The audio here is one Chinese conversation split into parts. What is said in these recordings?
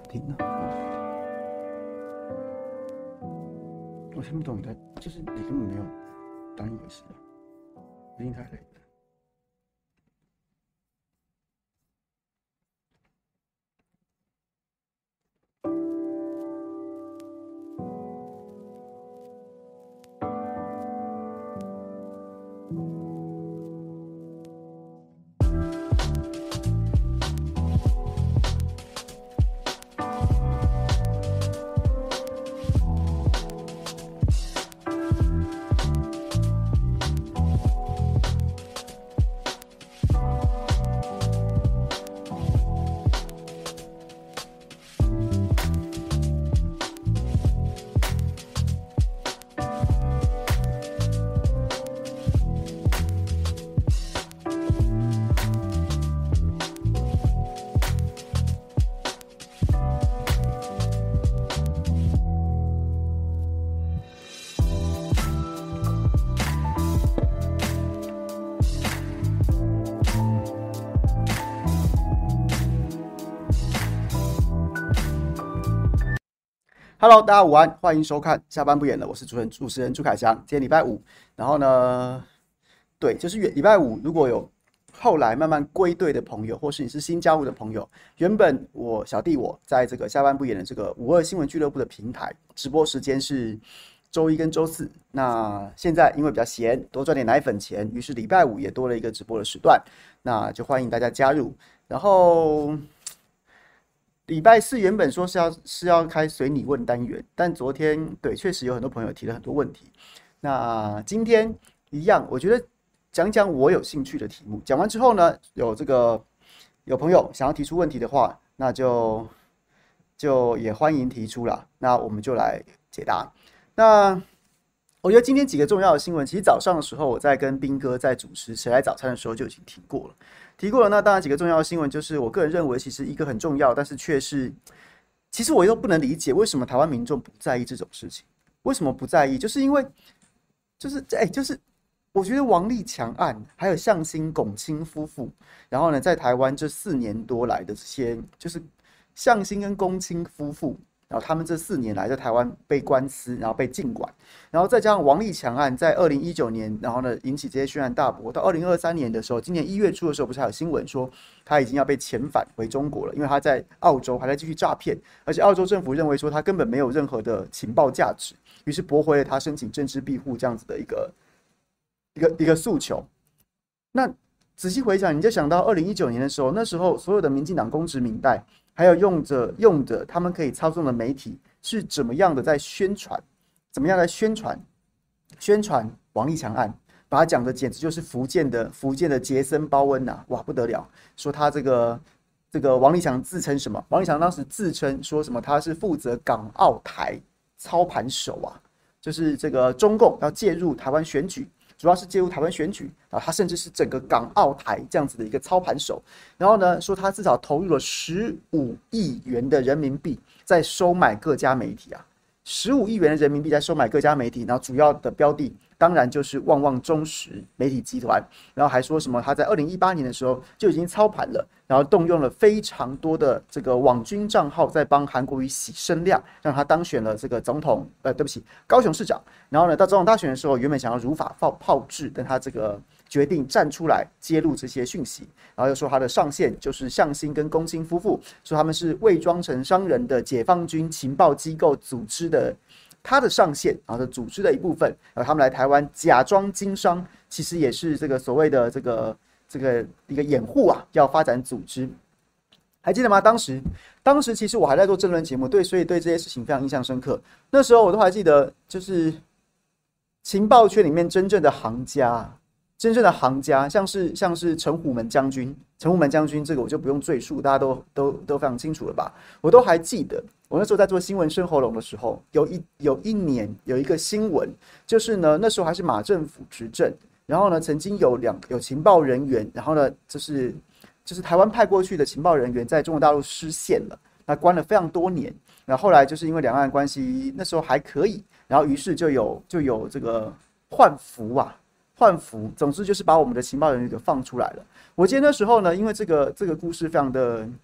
听呢？我听不懂你在，就是你根本没有当一回事啊，一定太累了。Hello， 大家午安，欢迎收看下班不演了，我是主持人朱凯翔。今天礼拜五，然后呢，对，就是礼拜五，如果有后来慢慢归队的朋友，或是你是新加入的朋友，原本小弟我在这个下班不演的这个52新闻俱乐部的平台直播时间是周一跟周四，那现在因为比较闲，多赚点奶粉钱，于是礼拜五也多了一个直播的时段，那就欢迎大家加入，然后。礼拜四原本说是要开随你问单元，但昨天对确实有很多朋友提了很多问题。那今天一样，我觉得讲讲我有兴趣的题目。讲完之后呢，有朋友想要提出问题的话，那就也欢迎提出啦。那我们就来解答。那我觉得今天几个重要的新闻，其实早上的时候我在跟斌哥在主持谁来早餐的时候就已经提过了。那当然几个重要的新闻，就是我个人认为，其实一个很重要，但是却是，其实我又不能理解为什么台湾民众不在意这种事情。为什么不在意？就是因为，就是我觉得王立强案，还有向心、龚清夫妇，然后呢，在台湾这4年多来的这些，就是向心跟龚清夫妇。然后他们这4年来在台湾被官司，然后被禁管，然后再加上王立强案在2019年，然后呢引起这些轩然大波。到2023年的时候，今年1月初的时候，不是还有新闻说他已经要被遣返回中国了，因为他在澳洲还在继续诈骗，而且澳洲政府认为说他根本没有任何的情报价值，于是驳回了他申请政治庇护这样子的一个诉求。那仔细回想，你就想到2019年的时候，那时候所有的民进党公职民代。还有用着他们可以操纵的媒体是怎么样的在宣传，宣传王立强案，把他讲的简直就是福建的杰森鲍恩呐，哇不得了！说他这个王立强自称什么？王立强当时自称说什么？他是负责港澳台操盘手啊，就是这个中共要介入台湾选举。主要是介入台湾选举啊，他甚至是整个港澳台这样子的一个操盘手。然后呢，说他至少投入了15亿元的人民币在收买各家媒体啊，15亿元的人民币在收买各家媒体，然后主要的标的当然就是旺旺中时媒体集团。然后还说什么他在2018年的时候就已经操盘了，然后动用了非常多的这个网军账号在帮韩国瑜洗声量，让他当选了这个总统，高雄市长。然后呢，到总统大选的时候，原本想要如法炮制，但他这个决定站出来揭露这些讯息，然后又说他的上线就是向心跟龚清夫妇，说他们是伪装成商人的解放军情报机构组织的，他的上线，然后组织的一部分，然后他们来台湾假装经商，其实也是这个所谓的这个一个掩护啊，要发展组织。还记得吗？当时其实我还在做政论节目，所以对这些事情非常印象深刻。那时候我都还记得，就是情报圈里面真正的行家，像是陈虎门将军这个我就不用赘述，大家都非常清楚了吧？我都还记得，我那时候在做新闻生喉咙的时候，有一年有一个新闻，就是呢那时候还是马政府执政，然后呢曾经有情报人员，然后呢就是台湾派过去的情报人员在中国大陆失陷了，那关了非常多年，然后后来就是因为两岸关系那时候还可以。然后于是就有这个换服，总之就是把我们的情报人员给放出来了。我记得那时候呢，因为这个故事非常的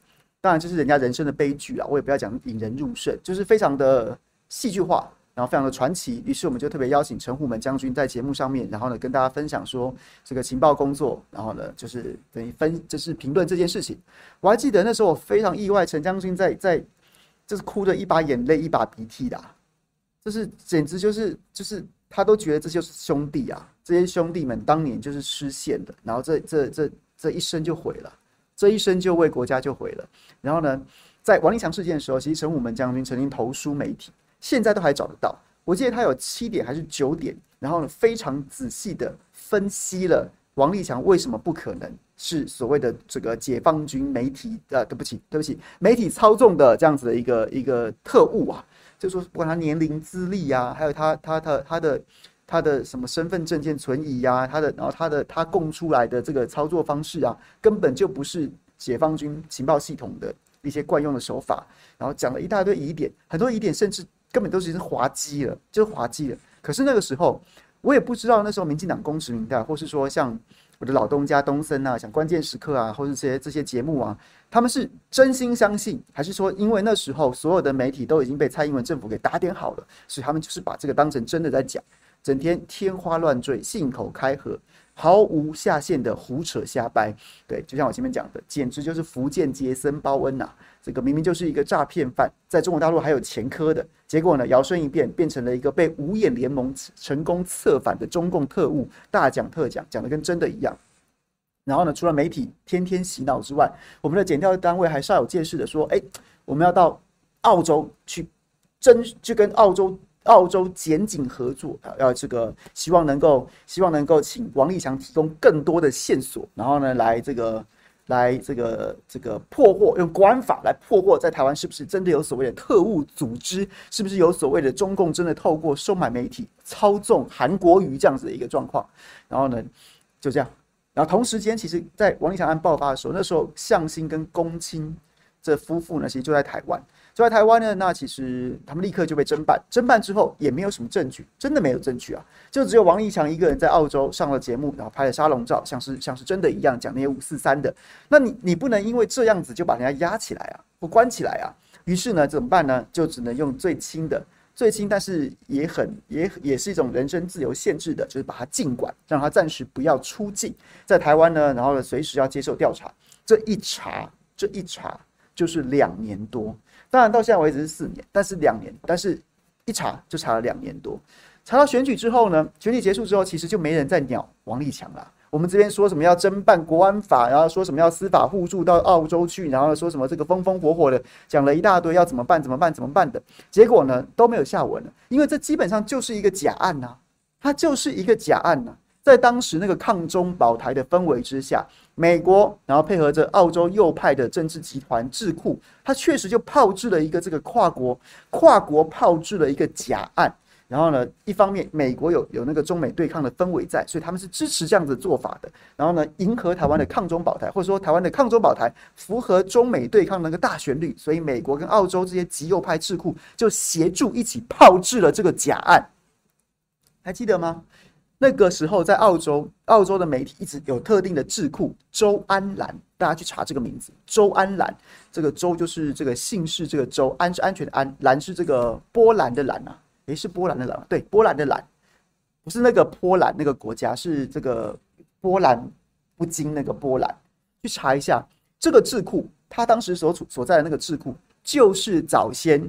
当然这是人家人生的悲剧啊，我也不要讲引人入胜，就是非常的戏剧化，然后非常的传奇。于是我们就特别邀请陈虎门将军在节目上面，然后呢跟大家分享说这个情报工作，然后呢就是等于就是评论这件事情。我还记得那时候我非常意外，陈将军在就是哭的一把眼泪一把鼻涕的、啊，就是简直就是他都觉得这就是兄弟啊，这些兄弟们当年就是失陷的，然后这一生就毁了，这一生就为国家就毁了。然后呢，在王立强事件的时候，其实陈虎门将军曾经投书媒体，现在都还找得到。我记得他有7点还是9点，然后呢非常仔细的分析了王立强为什么不可能是所谓的这个解放军媒体对不起，媒体操纵的这样子的一个特务啊，就说不管他年龄资历啊，还有他的什么身份证件存疑啊，然后他供出来的这个操作方式啊，根本就不是解放军情报系统的一些惯用的手法，然后讲了一大堆疑点，很多疑点甚至根本都是滑稽了，就是滑稽了。可是那个时候，我也不知道那时候民进党公职民代，或是说像我的老东家东森啊，像关键时刻啊，或是这些节目啊，他们是真心相信，还是说因为那时候所有的媒体都已经被蔡英文政府给打点好了，所以他们就是把这个当成真的在讲，整天天花乱坠，信口开河，毫无下限的胡扯瞎掰。对，就像我前面讲的，简直就是福建杰森鲍恩呐、这个明明就是一个诈骗犯，在中国大陆还有前科的，结果呢，摇身一变变成了一个被五眼联盟成功策反的中共特务，大讲特讲，讲的跟真的一样。然后呢，除了媒体天天洗脑之外，我们的检调单位还煞有介事的说，我们要到澳洲去跟澳洲检警合作，要这个希望能够请王立强提供更多的线索，然后呢，来这个破获，用国安法来破获在台湾是不是真的有所谓的特务组织，是不是有所谓的中共真的透过收买媒体操纵韩国瑜这样子的一个状况。然后呢，就这样。然后同时间，其实在王立强案爆发的时候，那时候向心跟龚清这夫妇呢，其实就在台湾。就在台湾呢，那其实他们立刻就被侦办，侦办之后也没有什么证据，真的没有证据啊，就只有王立强一个人在澳洲上了节目，然后拍了沙龙照，像是真的一样讲那些543的。那你不能因为这样子就把人家压起来啊，或关起来啊。于是呢，怎么办呢？就只能用最轻，但是也是一种人身自由限制的，就是把他禁管，让他暂时不要出境，在台湾呢，然后呢随时要接受调查。这一查就是2年多。当然到现在为止是4年，但是一查就查了2年多。查到选举之后呢，选举结束之后，其实就没人再鸟王立强了。我们这边说什么要侦办国安法，然后说什么要司法互助到澳洲去，然后说什么这个风风火火的讲了一大堆要怎么办的，结果呢都没有下文了，因为这基本上就是一个假案呐、它就是一个假案呐、在当时那个抗中保台的氛围之下，美国然后配合着澳洲右派的政治集团智库，它确实就炮制了一个这个跨国炮制了一个假案。然后呢，一方面美国有那个中美对抗的氛围在，所以他们是支持这样子的做法的。然后呢，迎合台湾的抗中保台，或者说台湾的抗中保台符合中美对抗那个大旋律，所以美国跟澳洲这些极右派智库就协助一起炮制了这个假案，还记得吗？那个时候在澳洲的媒体一直有特定的智库周安澜，大家去查这个名字，周安澜，这个周就是这个姓氏这个周，安是安全的安，澜是这个波兰的澜啊。是波兰的兰，对，波兰的兰，不是那个波兰那个国家，是这个波兰不经那个波兰。去查一下这个智库，他当时所在的那个智库，就是早先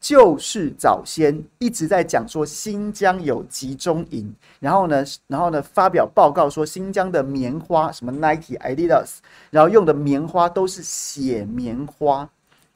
一直在讲说新疆有集中营，然后呢发表报告说新疆的棉花什么 Nike、Adidas， 然后用的棉花都是血棉花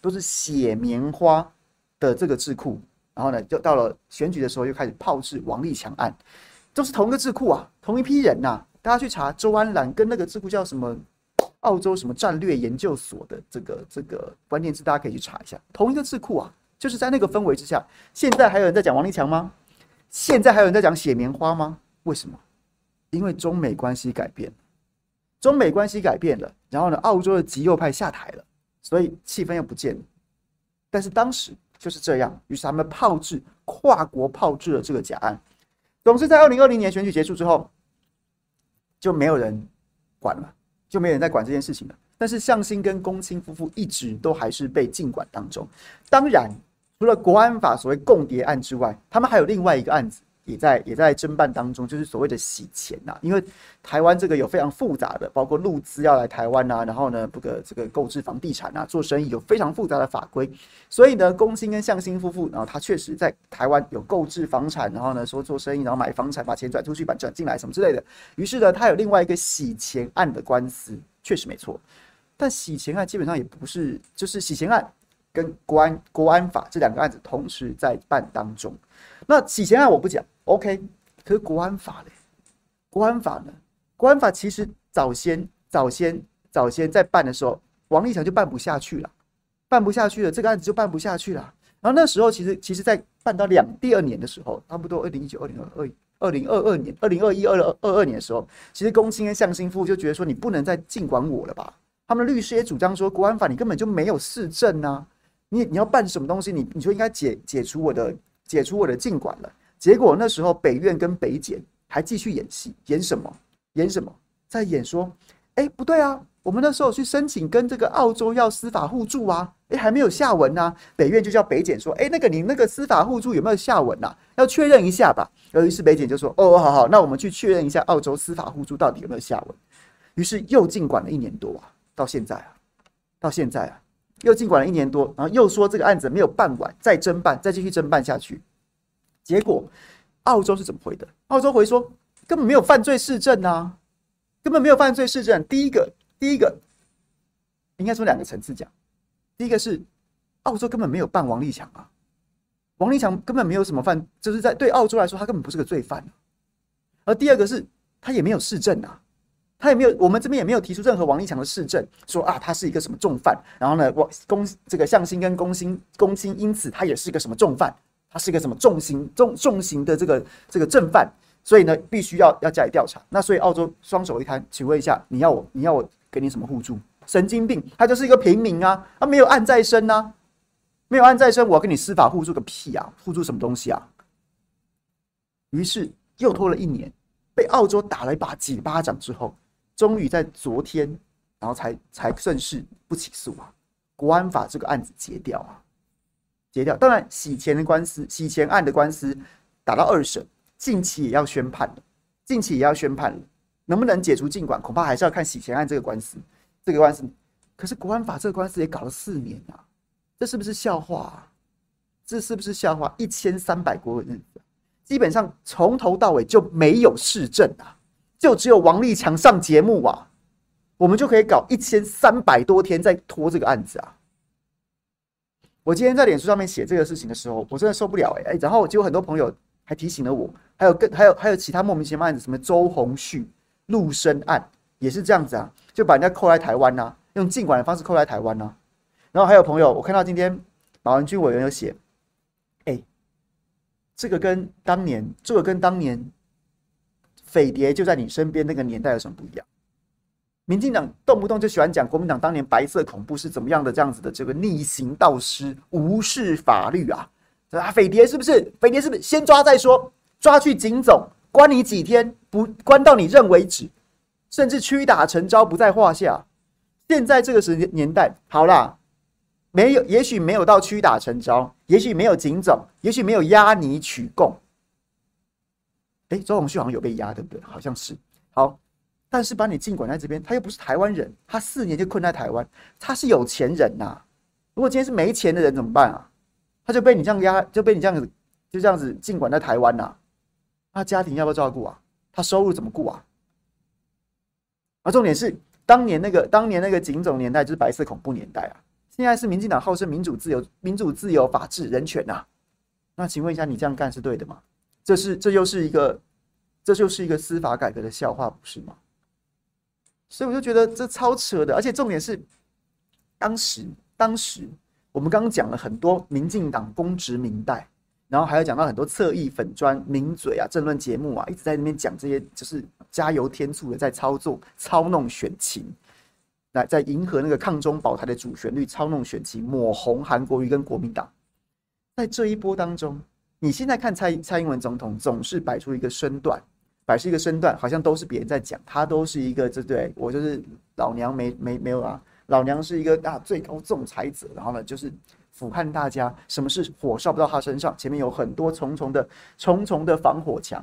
的这个智库。然后呢，就到了选举的时候，又开始炮制王立强案，都是同一个智库啊，同一批人呐、大家去查周安澜跟那个智库叫什么澳洲什么战略研究所的这个关键字，大家可以去查一下，同一个智库啊，就是在那个氛围之下。现在还有人在讲王立强吗？现在还有人在讲血棉花吗？为什么？因为中美关系改变了，然后呢，澳洲的极右派下台了，所以气氛又不见了。但是当时就是这样，于是他们跨国炮制了这个假案。总之，在2020年选举结束之后，就没有人管了，就没有人在管这件事情了。 但是向心跟龚清夫妇一直都还是被禁管当中。当然，除了国安法所谓共谍案之外，他们还有另外一个案子。也在侦办当中，就是所谓的洗钱呐、因为台湾这个有非常复杂的，包括陆资要来台湾啊，然后呢，这个购置房地产啊，做生意有非常复杂的法规，所以呢，龚清跟向心夫妇，然后他确实在台湾有购置房产，然后呢说做生意，然后买房产把钱转出去，转进来什么之类的。于是呢，他有另外一个洗钱案的官司，确实没错。但洗钱案基本上也不是，就是洗钱案跟国安法这两个案子同时在办当中。那洗钱案我不讲 ，OK， 可是国安法嘞？国安法呢？国安法其实早先在办的时候，王立强就办不下去了，这个案子就办不下去了。然后那时候其实在办到第二年的时候，差不多2019、2022年、2021、2022年的时候，其实龚清跟向心夫就觉得说，你不能再禁管我了吧？他们的律师也主张说，国安法你根本就没有事证啊，你要办什么东西，你就应该解除我的禁管了。结果那时候北院跟北检还继续演戏，演什么？在演说，不对啊，我们那时候去申请跟这个澳洲要司法互助啊，还没有下文啊。北院就叫北检说，你那个司法互助有没有下文啊？要确认一下吧。于是北检就说，好，那我们去确认一下澳洲司法互助到底有没有下文。于是又禁管了1年多啊，到现在啊，又禁管了1年多，然后又说这个案子没有办完，再侦办，再继续侦办下去。结果澳洲是怎么回的？澳洲回说根本没有犯罪事证啊，根本没有犯罪事证。第一个应该说2个层次讲，第一个是澳洲根本没有办王立强啊，王立强根本没有什么犯，就是在对澳洲来说他根本不是个罪犯啊。而第二个是他也没有事证啊。我们这边也没有提出任何王立强的事证，说啊他是一个什么重犯，然后呢，这个向心跟龚清因此他也是一个什么重犯，他是一个什么重刑的这个正犯，所以呢必须要加以调查。那所以澳洲双手一摊，请问一下，你要我给你什么互助？神经病，他就是一个平民啊，他没有案在身啊，没有案在身，我要跟你司法互助个屁啊，互助什么东西啊？于是又拖了1年，被澳洲打了几巴掌之后。终于在昨天，然后才正式不起诉啊，国安法这个案子结掉啊，结掉。当然，洗钱案的官司打到2审，近期也要宣判了，能不能解除禁管，恐怕还是要看洗钱案这个官司。可是国安法这个官司也搞了4年啊，这是不是笑话啊？1300国日子，基本上从头到尾就没有事证啊。就只有王立强上节目啊，我们就可以搞1300多天在拖这个案子啊！我今天在脸书上面写这个事情的时候，我真的受不了然后结果很多朋友还提醒了我，还有其他莫名其妙案子，什么周鸿旭、陆生案也是这样子啊，就把人家扣来台湾啊，用禁管的方式扣来台湾啊。然后还有朋友，我看到今天马文君委员有写，这个跟当年。匪谍就在你身边那个年代有什么不一样？民进党动不动就喜欢讲国民党当年白色恐怖是怎么样的这样子的这个逆行道师，无视法律啊！匪谍是不是？先抓再说，抓去警总，关你几天，不关到你认为止，甚至屈打成招不在话下。现在这个年代，好啦，也许没有到屈打成招，也许没有警总，也许没有押你取供。周鸿旭好像有被压，对不对？好像是。好，但是把你禁管在这边，他又不是台湾人，他4年就困在台湾，他是有钱人呐、如果今天是没钱的人怎么办啊？他就被你这样压，就这样子禁管在台湾呐、他家庭要不要照顾啊？他收入怎么顾啊？重点是当年那个警总年代就是白色恐怖年代啊，现在是民进党号称民主自由、法治、人权呐、那请问一下，你这样干是对的吗？这就是一个司法改革的笑话，不是吗？所以我就觉得这超扯的，而且重点是，当时我们刚刚讲了很多民进党公职民代，然后还有讲到很多侧翼粉专、名嘴啊、政论节目啊，一直在那边讲这些，就是加油添醋的在操弄选情，在迎合那个抗中保台的主旋律，操弄选情，抹红韩国瑜跟国民党。在这一波当中。你现在看蔡英文总统总是摆出一个身段，好像都是别人在讲，他都是一个，对，我就是老娘没有啊， 老娘是一个最高仲裁者，然后呢就是俯瞰大家，什么事火烧不到他身上，前面有很多重重的防火墙。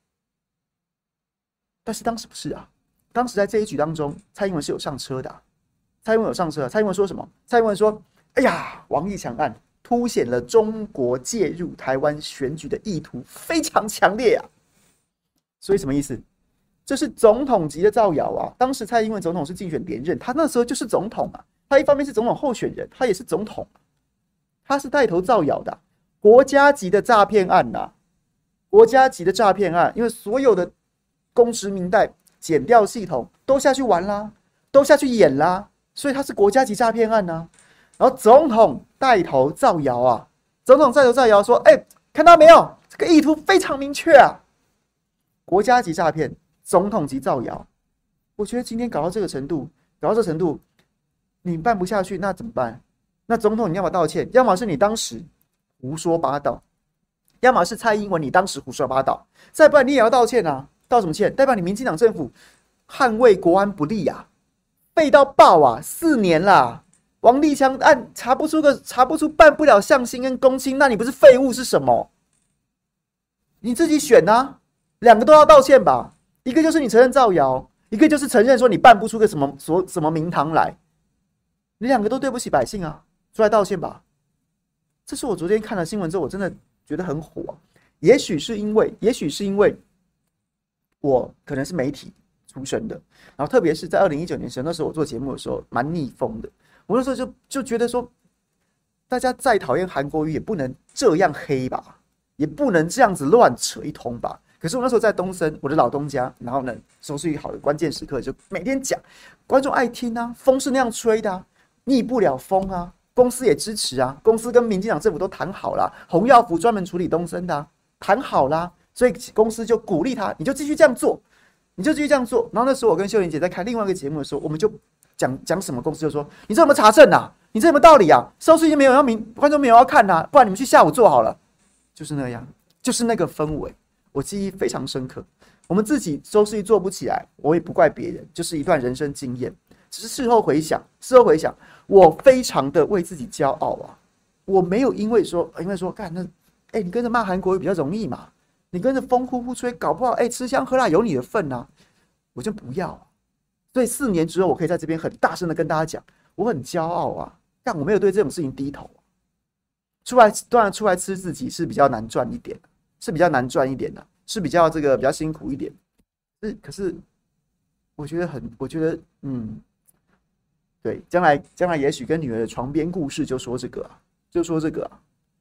但是当时不是啊，当时在这一局当中，蔡英文是有上车的蔡英文有上车，蔡英文说什么？蔡英文说：“哎呀，王立强案凸显了中国介入台湾选举的意图非常强烈啊！”所以什么意思？这是总统级的造谣啊！当时蔡英文总统是竞选连任，他那时候就是总统啊，他一方面是总统候选人，他也是总统，他是带头造谣的国家级的诈骗案呐，国家级的诈骗案，因为所有的公职民代检调系统都下去玩啦，都下去演啦，所以它是国家级诈骗案呐。然后总统带头造谣啊，总统带头造谣说：“看到没有，这个意图非常明确啊，国家级诈骗，总统级造谣。”我觉得今天搞到这个程度，你办不下去，那怎么办？那总统你要么道歉，要么是你当时胡说八道，要么是蔡英文你当时胡说八道，再不然你也要道歉啊。道什么歉？代表你民进党政府捍卫国安不力啊，废到爆啊！4年啦，王立强案查不出办不了向心跟公亲，那你不是废物是什么？你自己选啊，2个都要道歉吧。一个就是你承认造谣，一个就是承认说你办不出个什么名堂来，你2个都对不起百姓啊，出来道歉吧。这是我昨天看了新闻之后，我真的觉得很火啊。也许是因为我可能是媒体出身的，然后特别是在2019年时，那时候我做节目的时候蛮逆风的。我那时候就觉得说，大家再讨厌韩国瑜也不能这样黑吧，也不能这样子乱扯一通吧。可是我那时候在东森，我的老东家，然后呢，收视率好的关键时刻就每天讲，观众爱听啊，风是那样吹的啊，逆不了风啊，公司也支持啊，公司跟民进党政府都谈好了，洪耀福专门处理东森的啊，谈好啦。所以公司就鼓励他，你就继续这样做，然后那时候我跟秀玲姐在看另外一个节目的时候，我们就讲什么，公司就说：“你这有没有查证啊？你这有没有道理啊？收视率没有要观众没有要看啊，不然你们去下午做好了。”就是那样，就是那个氛围，我记忆非常深刻。我们自己收视率做不起来，我也不怪别人，就是一段人生经验。只是事后回想，我非常的为自己骄傲啊！我没有因为说，干那，你跟着骂韩国瑜比较容易嘛。你跟着风呼呼吹，搞不好吃香喝辣有你的份啊！我就不要、所以4年之后，我可以在这边很大声的跟大家讲，我很骄傲啊！但我没有对这种事情低头、当然出来吃自己是比较难赚一点，是比较比较辛苦一点。可是我觉得对，将来也许跟女儿的床边故事就说这个啊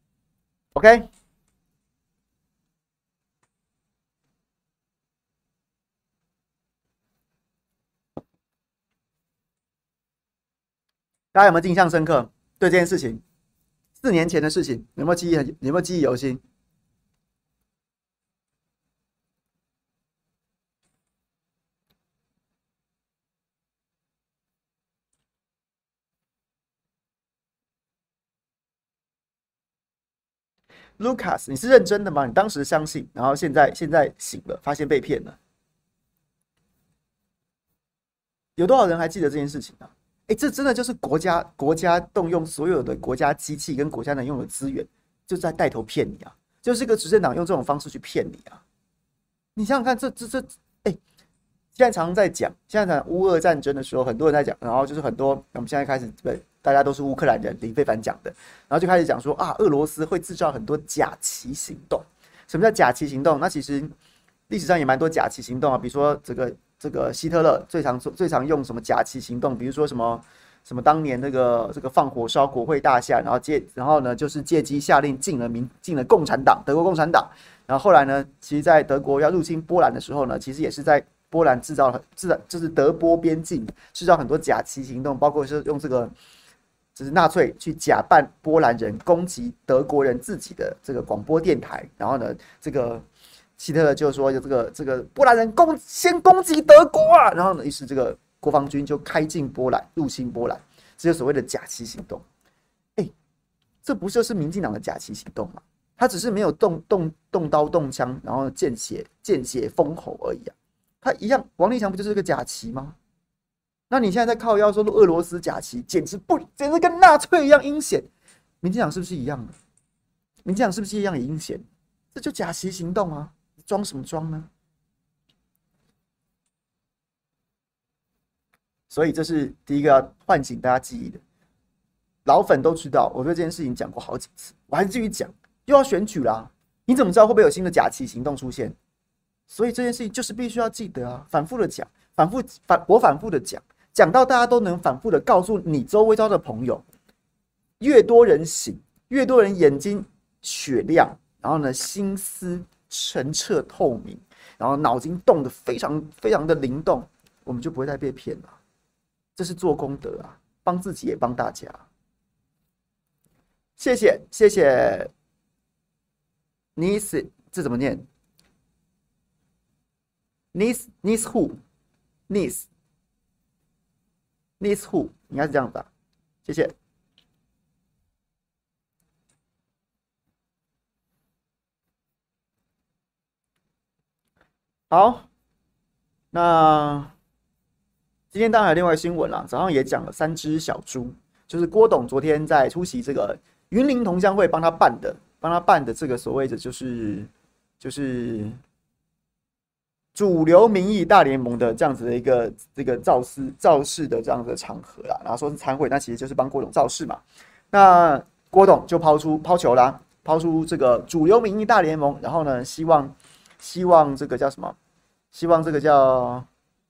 ，OK。大家有没有印象深刻？对这件事情，4年前的事情，有没有记忆犹新？Lucas， 你是认真的吗？你当时相信，然后现在醒了，发现被骗了，有多少人还记得这件事情啊？这真的就是国家动用所有的国家机器跟国家能用的资源，就在带头骗你啊！就是一个执政党用这种方式去骗你啊！你想想看，现在常常在讲，现在乌俄战争的时候，很多人在讲，然后就是很多我们现在开始大家都是乌克兰人，林非凡讲的，然后就开始讲说俄罗斯会制造很多假旗行动。什么叫假旗行动？那其实历史上也蛮多假旗行动啊，比如说这个希特勒最常用什么假旗行动，比如说什么当年这个放火烧国会大厦，然后呢就是借机下令进了共产党，德国共产党。然后后来呢，其实在德国要入侵波兰的时候呢，其实也是在波兰就是德波边境制造很多假旗行动，包括是用就是纳粹去假扮波兰人攻击德国人自己的这个广播电台，然后呢，这个希特勒就说这个波兰人先攻击德国啊，然后呢，于是这个国防军就开进波兰，入侵波兰，这就是所谓的假旗行动。这不就是民进党的假旗行动吗？他只是没有动刀动枪，然后见血封喉而已啊。他一样，王立强不就是个假旗吗？ 那你现在在靠腰说俄罗斯假旗，简直跟纳粹一样阴险。民进党是不是一样的？民进党是不是一样也阴险？这就假旗行动啊，装什么装呢？所以这是第一个要唤醒大家记忆的。老粉都知道，我对这件事情讲过好几次，我还是继续讲。又要选举啦，你怎么知道会不会有新的假旗行动出现？所以这件事情就是必须要记得啊，反复的讲，我反复的讲，讲到大家都能反复的告诉你周围的朋友，越多人醒，越多人眼睛雪亮，然后呢心思澄澈透明，然后脑筋动得非常非常的灵动，我们就不会再被骗了。这是做功德啊，帮自己也帮大家。谢谢谢谢 ，Nice 这怎么念 ？Nice who Nice who 应该是这样吧？谢谢。好，那今天当然还有另外新闻啦，早上也讲了3只小猪，就是郭董昨天在出席这个云林同乡会帮他办的这个所谓的就是主流民意大联盟的这样子的一个这个造势的这样的场合啦，然后说是参会，那其实就是帮郭董造势嘛。那郭董就抛球啦，抛出这个主流民意大联盟，然后呢，希望这个叫什么？希望这个叫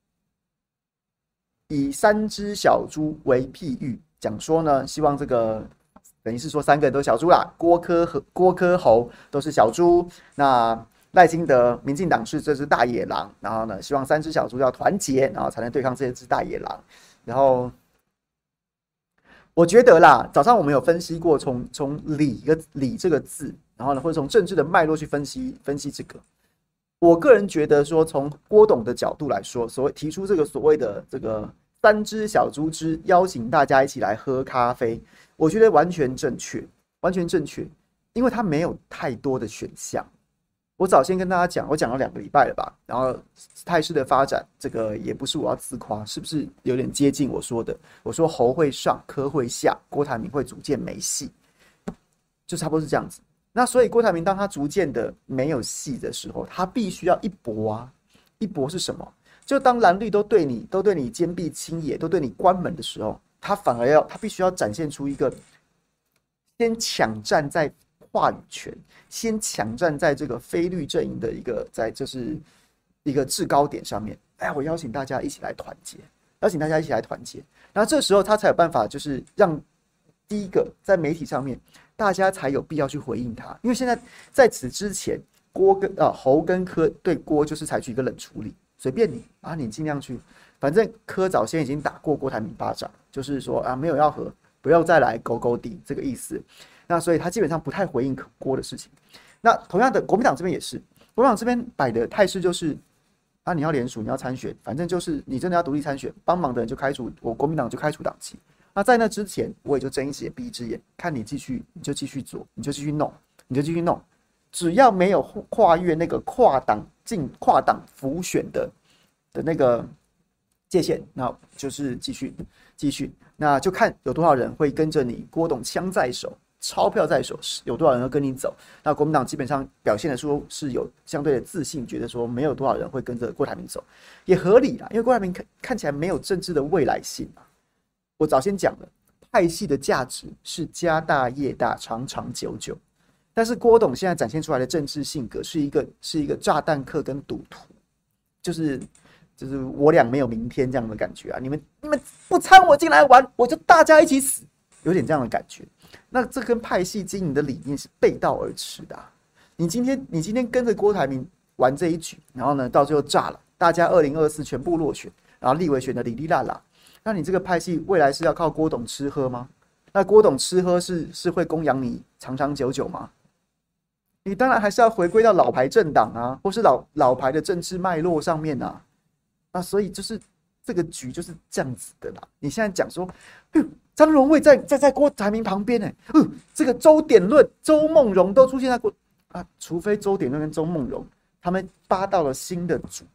以3只小猪为譬喻，讲说呢，希望这个等于是说3个人都是小猪啦，郭柯侯都是小猪，那赖清德民进党是这只大野狼，然后呢，希望3只小猪要团结，然后才能对抗这只大野狼。然后我觉得啦，早上我们有分析过从理这个字，然后呢，或者从政治的脉络去分析这个。我个人觉得说，从郭董的角度来说，提出这个所谓的这个3只小猪之邀请大家一起来喝咖啡，我觉得完全正确，因为它没有太多的选项。我早先跟大家讲，我讲了2个礼拜了吧，然后态势的发展，这个也不是我要自夸，是不是有点接近我说的？我说侯会上，柯会下，郭台铭会逐渐没戏，就差不多是这样子。那所以郭台铭当他逐渐的没有戏的时候，他必须要一搏啊！一搏是什么？就当蓝绿都对你坚壁清野，都对你关门的时候，他必须要展现出一个先抢占在话语权，先抢占在这个非绿阵营的一个就是一个制高点上面。哎，我邀请大家一起来团结，然后这时候他才有办法，就是让第一个在媒体上面。大家才有必要去回应他，因为现在在此之前，侯跟柯对郭就是采取一个冷处理，随便你啊，你尽量去，反正柯早先已经打过郭台铭巴掌，就是说啊没有要和，不要再来勾勾底这个意思。那所以他基本上不太回应郭的事情。那同样的，国民党这边也是，国民党这边摆的态势就是啊你要联署，你要参选，反正就是你真的要独立参选，帮忙的人就开除，我国民党就开除党籍。那在那之前，我也就睁一只眼闭一只眼，看你就继续做，你就继续弄，只要没有跨越那个跨党辅选的那个界限，那就是继续，那就看有多少人会跟着你郭董枪在手，钞票在手，有多少人要跟你走。那国民党基本上表现的说是有相对的自信，觉得说没有多少人会跟着郭台铭走，也合理啦，因为郭台铭看起来没有政治的未来性啊。我早先讲了，派系的价值是家大业大，长长久久。但是郭董现在展现出来的政治性格是一个炸弹客跟赌徒，就是我俩没有明天这样的感觉啊！你们不掺我进来玩，我就大家一起死，有点这样的感觉。那这跟派系经营的理念是背道而驰的啊。你今天跟着郭台铭玩这一局，然后呢到最后炸了，大家2024全部落选，然后立委选的哩哩啦啦。那你这个派系未来是要靠郭董吃喝吗？那郭董吃喝是会供养你长长久久吗？你当然还是要回归到老牌政党啊，或是老牌的政治脉络上面啊。那所以就是这个局就是这样子的啦。你现在讲说，张荣卫在郭台铭旁边这个周典论、周梦荣都出现在除非周典论跟周梦荣他们扒到了新的主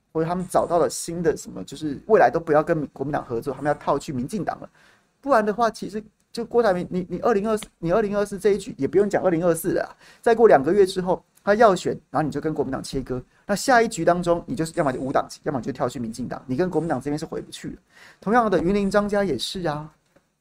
或者他们找到了新的什么，就是未来都不要跟国民党合作，他们要套去民进党了。不然的话，其实就郭台铭，你2024这一局也不用讲2024了，再过2个月之后他要选，然后你就跟国民党切割。那下一局当中，你就是要么就无党籍，要么就跳去民进党，你跟国民党这边是回不去了。同样的，云林张家也是啊，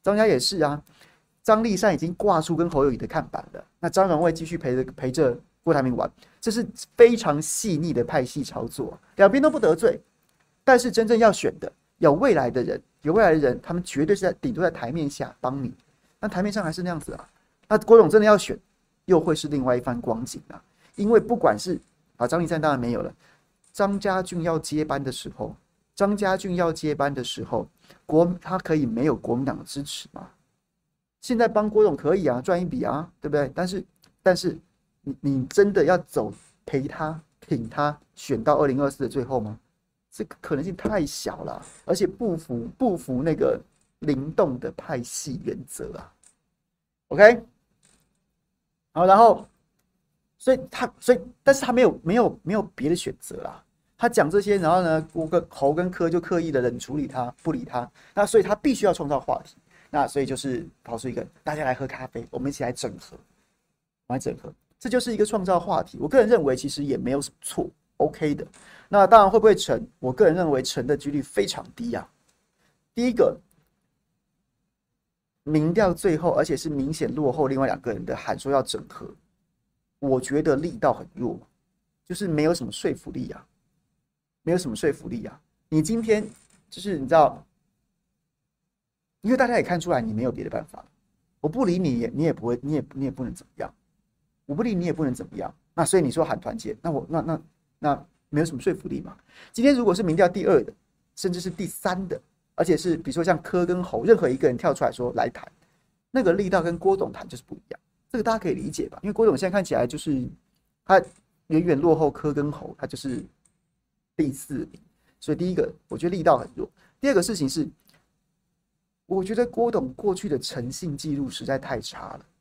张立善已经挂出跟侯友宜的看板了，那张荣惠继续陪着郭台铭玩，这是非常细腻的派系操作，两边都不得罪，但是真正要选的有未来的人，他们绝对是顶多在台面下帮你，那台面上还是那样子啊。那郭董真的要选，又会是另外一番光景啊。因为不管是张立善当然没有了，张家俊要接班的时候，他可以没有国民党的支持吗？现在帮郭董可以啊，赚一笔啊，对不对？但是你真的要走陪他挺他选到2024的最后吗？这个可能性太小了，而且不符那个灵动的派系原则啊。OK， 好，然后但是他没有别的选择啦。他讲这些，然后呢，侯跟柯就刻意的冷处理他，不理他，那所以他必须要创造话题。那所以就是跑出一个大家来喝咖啡，我们一起来整合，这就是一个创造话题。我个人认为其实也没有什么错 ，OK 的。那当然会不会成？我个人认为成的几率非常低啊。第一个，民调最后而且是明显落后另外2个人的喊说要整合，我觉得力道很弱，就是没有什么说服力啊，你今天就是你知道。因为大家也看出来你没有别的办法，我不理你，你也不能怎么样，我不理你也不能怎么样。那所以你说喊团结，那没有什么说服力嘛。今天如果是民调第2的，甚至是第3的，而且是比如说像柯跟侯，任何一个人跳出来说来谈，那个力道跟郭董谈就是不一样。这个大家可以理解吧？因为郭董现在看起来就是他远远落后柯跟侯，他就是第4名，所以第一个我觉得力道很弱。第二个事情是。我觉得郭董过去的诚信记录实在太差了，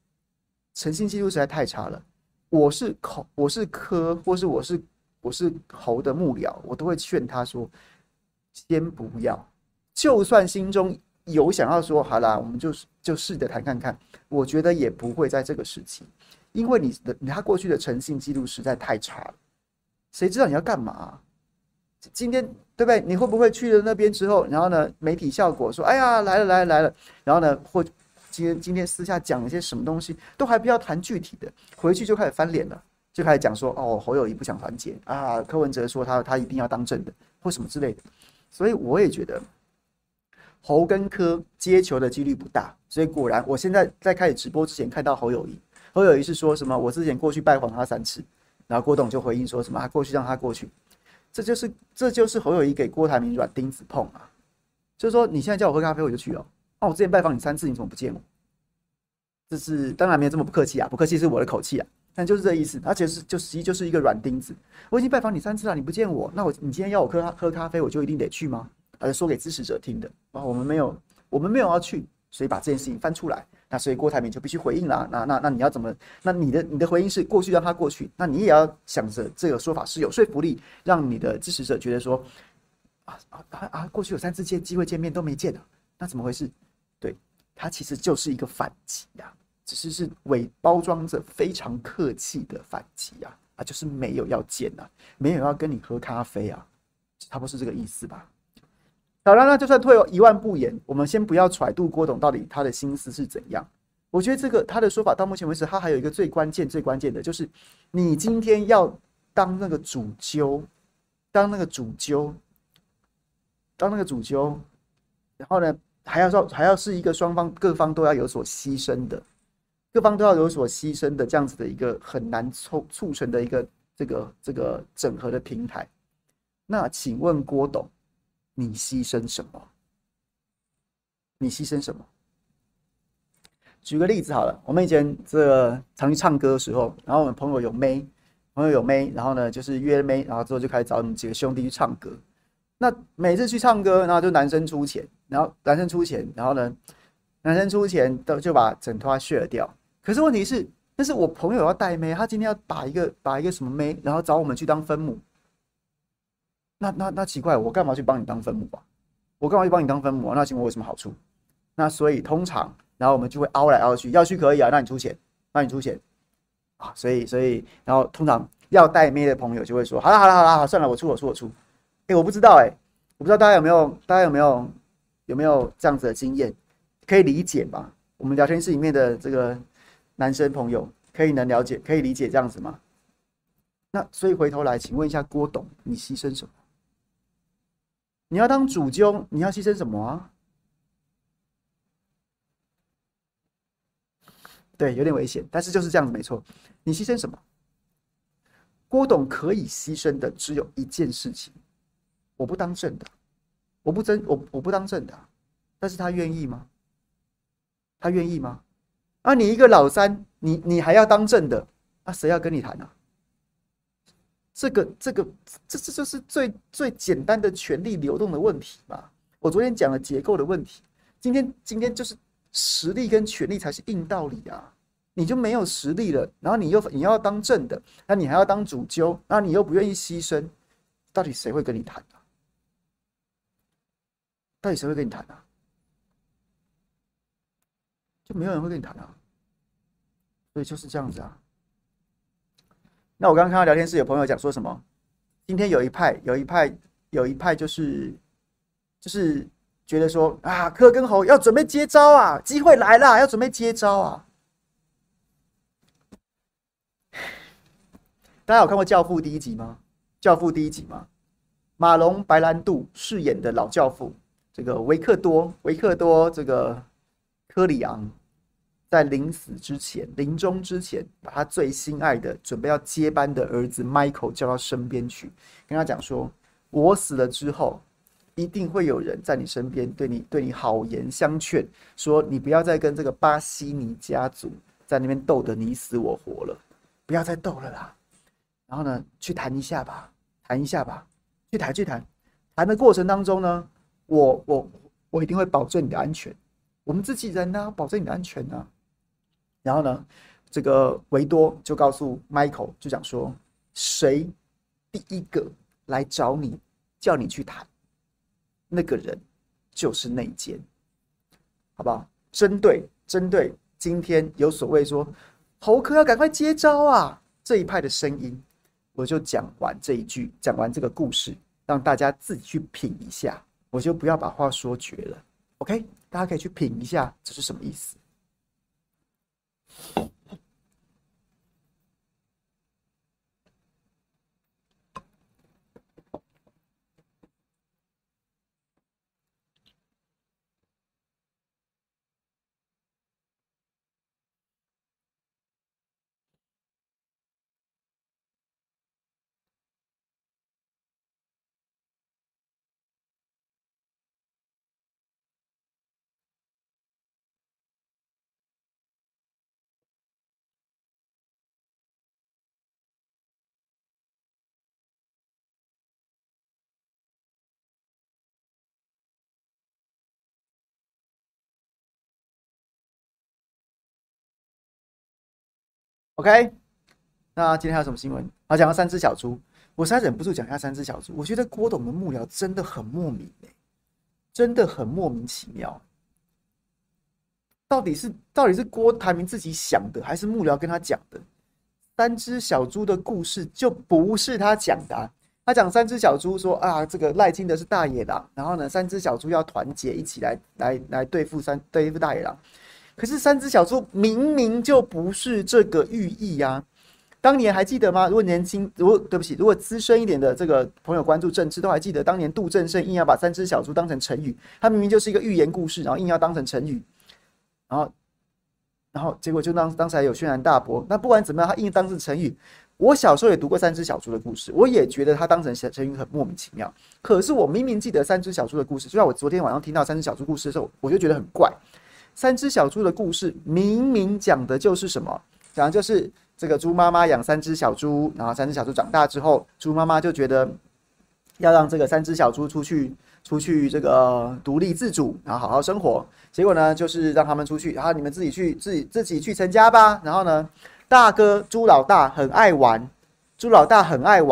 我是柯，或是我是侯的幕僚，我都会劝他说，先不要，就算心中有想要说，好啦，我们就试着谈看看，我觉得也不会在这个时期，因为他过去的诚信记录实在太差了，谁知道你要干嘛啊？今天对不对？你会不会去了那边之后，然后呢，媒体效果说，哎呀，来了，然后呢，或今天私下讲一些什么东西，都还不要谈具体的，回去就开始翻脸了，就开始讲说，哦，侯友宜不想团结啊，柯文哲说他一定要当正的，或什么之类的。所以我也觉得侯跟柯接球的几率不大。所以果然，我现在在开始直播之前看到侯友宜是说什么，我之前过去拜访他3次，然后郭董就回应说什么，过去让他过去。这就是侯友宜给郭台铭软钉子碰啊，就是说你现在叫我喝咖啡我就去哦，我之前拜访你3次，你怎么不见我？这是当然没有这么不客气啊，不客气是我的口气啊，但就是这意思，而且实际就是一个软钉子。我已经拜访你3次了，你不见我，那你今天要我喝咖啡，我就一定得去吗？说给支持者听的啊，我们没有要去，所以把这件事情翻出来。那所以郭台铭就必须回应啦。那你要怎么？那你的回应是过去让他过去，那你也要想着这个说法是有说服力，让你的支持者觉得说过去有3次机会见面都没见啊，那怎么回事？对，他其实就是一个反击啊，只是伪包装着非常客气的反击啊，就是没有要见啊，没有要跟你喝咖啡啊，差不多是这个意思吧。好了，那就算退1万步言，我们先不要揣度郭董到底他的心思是怎样。我觉得这个他的说法到目前为止，他还有一个最关键的，就是你今天要当那个主揪，然后呢，还要是一个各方都要有所牺牲的，这样子的一个很难促成的一个这个整合的平台。那请问郭董？你牺牲什么？举个例子好了，我们以前常去唱歌的时候，然后我们朋友有妹，然后呢就是约妹，然后之后就开始找我们几个兄弟去唱歌。那每次去唱歌，然后就男生出钱，然后男生出钱就把整团 share 掉。可是问题是，那是我朋友要带妹，他今天要把一个什么妹，然后找我们去当分母。 那奇怪，我干嘛去帮你当分母啊？我干嘛去帮你当分母啊？那请问我有什么好处？那所以通常，然后我们就会凹来凹去，要去可以啊，那你出钱，那你出钱啊，所以，然后通常要带妹的朋友就会说，好了，算了，我出。我不知道我不知道大家有没有这样子的经验，可以理解吗？我们聊天室里面的这个男生朋友能了解，可以理解这样子吗？那所以回头来，请问一下郭董，你牺牲什么？你要当主揪，你要牺牲什么啊？对，有点危险，但是就是这样子，没错。你牺牲什么？郭董可以牺牲的只有一件事情，我不当正的，我不当正的，但是他愿意吗？他愿意吗？啊，你一个老三，你还要当正的，啊，谁要跟你谈啊？这就是最简单的权力流动的问题嘛。我昨天讲了结构的问题，今天就是实力跟权力才是硬道理啊。你就没有实力了，然后你要当正的，那你还要当主揪，那你又不愿意牺牲，到底谁会跟你谈啊？到底谁会跟你谈啊？就没有人会跟你谈啊。所以就是这样子啊。那我刚刚看到聊天室有朋友讲说什么？今天有一派就是觉得说啊，柯跟侯要准备接招啊，机会来了，要准备接招啊。大家有看过《教父》第一集吗？《教父》第一集吗？马龙白兰度饰演的老教父，这个维克多这个科里昂，在临终之前，把他最心爱的、准备要接班的儿子 Michael 叫到身边去，跟他讲说：“我死了之后，一定会有人在你身边对你好言相劝，说你不要再跟这个巴西尼家族在那边斗得你死我活了，不要再斗了啦。然后呢，去谈一下吧，去谈。谈的过程当中呢，我一定会保证你的安全，我们自己人呢、保证你的安全啊。”然后呢，这个维多就告诉 Michael， 就讲说，谁第一个来找你，叫你去谈，那个人就是内奸，好不好？针对今天有所谓说侯科要赶快接招啊这一派的声音，我就讲完这个故事，让大家自己去品一下，我就不要把话说绝了。OK， 大家可以去品一下这是什么意思。OK， 那今天还有什么新闻？讲到三只小猪，我实在忍不住讲一下三只小猪。我觉得郭董的幕僚真的很莫名真的很莫名其妙。到底是郭台铭自己想的，还是幕僚跟他讲的？三只小猪的故事就不是他讲的啊。他讲三只小猪说啊，这个赖清德是大野狼，然后呢，三只小猪要团结一起来对付大野狼。可是三只小猪明明就不是这个寓意啊！当年还记得吗？如果资深一点的这个朋友关注政治，都还记得当年杜正胜硬要把三只小猪当成成语，他明明就是一个寓言故事，然后硬要当成成语，然后结果就当时还有轩然大波。那不管怎么样，他硬当成成语。我小时候也读过三只小猪的故事，我也觉得他当成成语很莫名其妙。可是我明明记得三只小猪的故事，就像我昨天晚上听到三只小猪故事的时候，我就觉得很怪。三只小猪的故事明明讲的就是什么？讲的就是这个猪妈妈养三只小猪，然后三只小猪长大之后，猪妈妈就觉得要让这个三只小猪出去这个独立自主，然后好好生活。结果呢，就是让他们出去，然后你们自己去成家吧。然后呢，大哥猪老大很爱玩，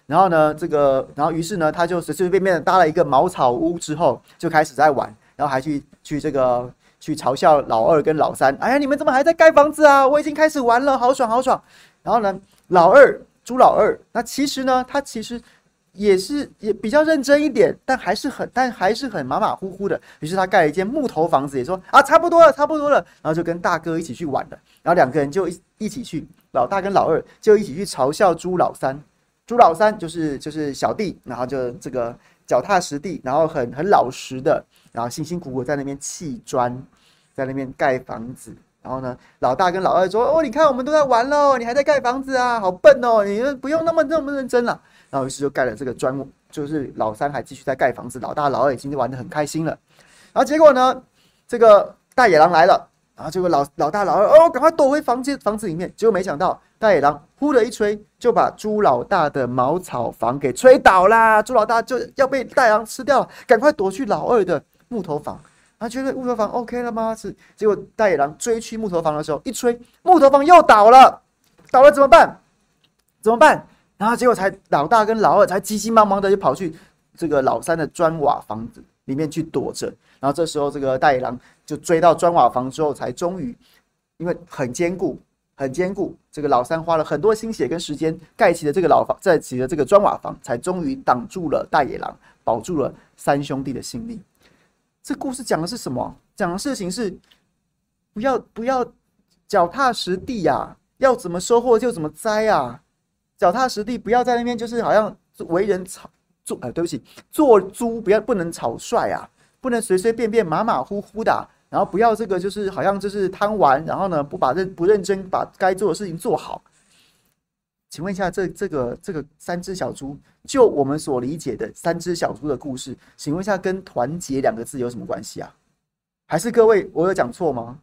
然后呢，然后于是呢，他就随随便便的搭了一个茅草屋之后，就开始在玩，然后还去嘲笑老二跟老三，哎呀，你们怎么还在盖房子啊？我已经开始玩了，好爽好爽。然后呢，朱老二，那其实呢，他其实也比较认真一点，但还是很马马虎虎的。于是他盖了一间木头房子，也说啊，差不多了，差不多了。然后就跟大哥一起去玩了。然后两个人就一起去，老大跟老二就一起去嘲笑朱老三。朱老三就是小弟，然后就这个脚踏实地，然后很老实的，然后辛辛苦苦在那边砌砖，在那边盖房子。然后呢，老大跟老二说：“哦，你看我们都在玩喽，你还在盖房子啊，好笨哦，你不用那么认真了。”然后于是就盖了这个砖，就是老三还继续在盖房子，老大老二已经玩得很开心了。然后结果呢，这个大野狼来了，然后结果老大老二哦，赶快躲回房子里面。结果没想到大野狼呼的一吹，就把朱老大的茅草房给吹倒啦！朱老大就要被大野狼吃掉了，赶快躲去老二的木头房。他觉得木头房 OK 了吗？结果大野狼追去木头房的时候，一吹，木头房又倒了，倒了怎么办？怎么办？然后结果老大跟老二才急急忙忙的就跑去这个老三的砖瓦房子里面去躲着。然后这时候这个大野狼就追到砖瓦房之后，才终于因为很坚固，这个老三花了很多心血跟时间盖起了这个砖瓦房，才终于挡住了大野狼，保住了三兄弟的性命。这故事讲的是什么？讲的事情是不要脚踏实地呀，要怎么收获就怎么栽啊！脚踏实地，不要在那边就是好像为人对不起，做猪不能草率啊，不能随随便便马马虎虎的啊，然后不要这个就是好像就是贪玩，然后呢不认真把该做的事情做好。请问一下，这个三只小猪，就我们所理解的三只小猪的故事，请问一下，跟团结两个字有什么关系啊？还是各位，我有讲错吗？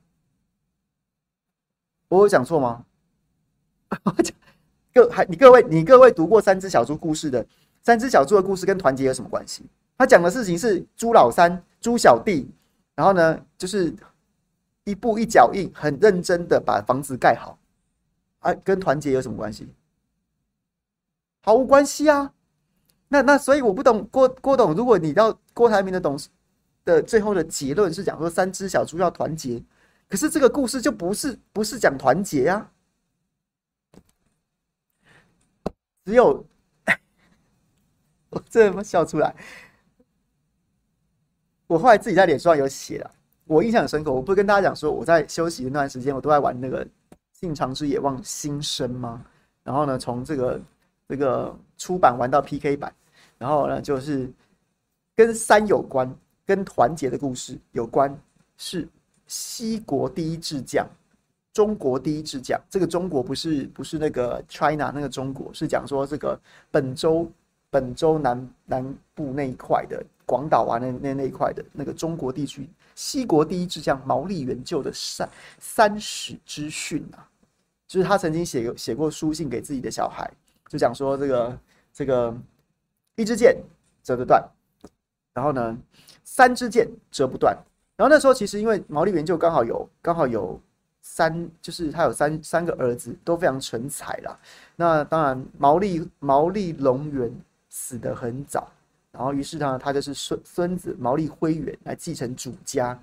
我有讲错吗？你各位读过三只小猪故事的，三只小猪的故事跟团结有什么关系？他讲的事情是猪老三、猪小弟，然后呢，就是一步一脚印，很认真的把房子盖好，啊，跟团结有什么关系？毫无关系啊。那所以我不懂郭董，如果你到郭台铭的最后的结论是讲说三只小猪要团结，可是这个故事就不是讲团结啊，只有我这么笑出来。我后来自己在脸书上有写了，我印象很深刻。我不是跟大家讲说我在休息的那段时间，我都在玩那个《信长之野望新生》吗？然后呢，从这个出版玩到 PK 版，然后呢就是跟三有关，跟团结的故事有关，是西国第一智将，中国第一智将。这个中国不是那个 China 那个中国，是讲说这个本州南部那一块的广岛啊那一块的那个中国地区，西国第一智将毛利元就的三史之训啊，就是他曾经写过书信给自己的小孩，就讲说这个一支箭折得断，然后呢三支箭折不断。然后那时候其实因为毛利元就刚好有就是他有三个儿子都非常成才啦。那当然毛利隆元死得很早，然后于是呢他就是孙子毛利辉元来继承主家，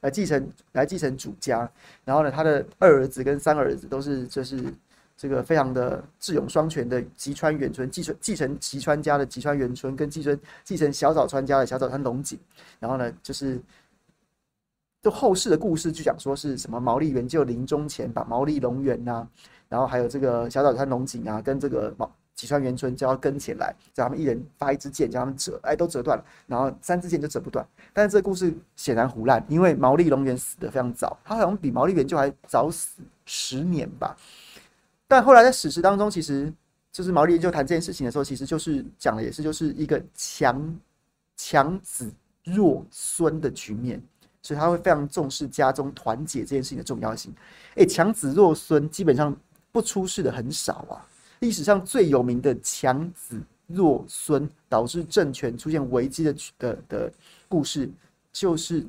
然后呢他的二儿子跟三儿子都是就是这个非常的智勇双全的吉川元春，继承吉川家的吉川元春，跟继承小早川家的小早川龙井。然后呢就后世的故事就讲说是什么毛利元就临终前把毛利隆元啊，然后还有这个小早川龙井啊，跟这个吉川元春叫他跟前来，叫他们一人发一支箭，叫他们折，哎，都折断了，然后三支箭就折不断。但是这个故事显然胡乱，因为毛利隆元死得非常早，他好像比毛利元就还早死10年吧。但后来在史实当中，其实就是毛利元就谈这件事情的时候，其实就是讲的也是就是一个强子弱孙的局面。所以他会非常重视家中团结这件事情的重要性。强子弱孙基本上不出世的很少啊。历史上最有名的强子弱孙导致政权出现危机的故事，就是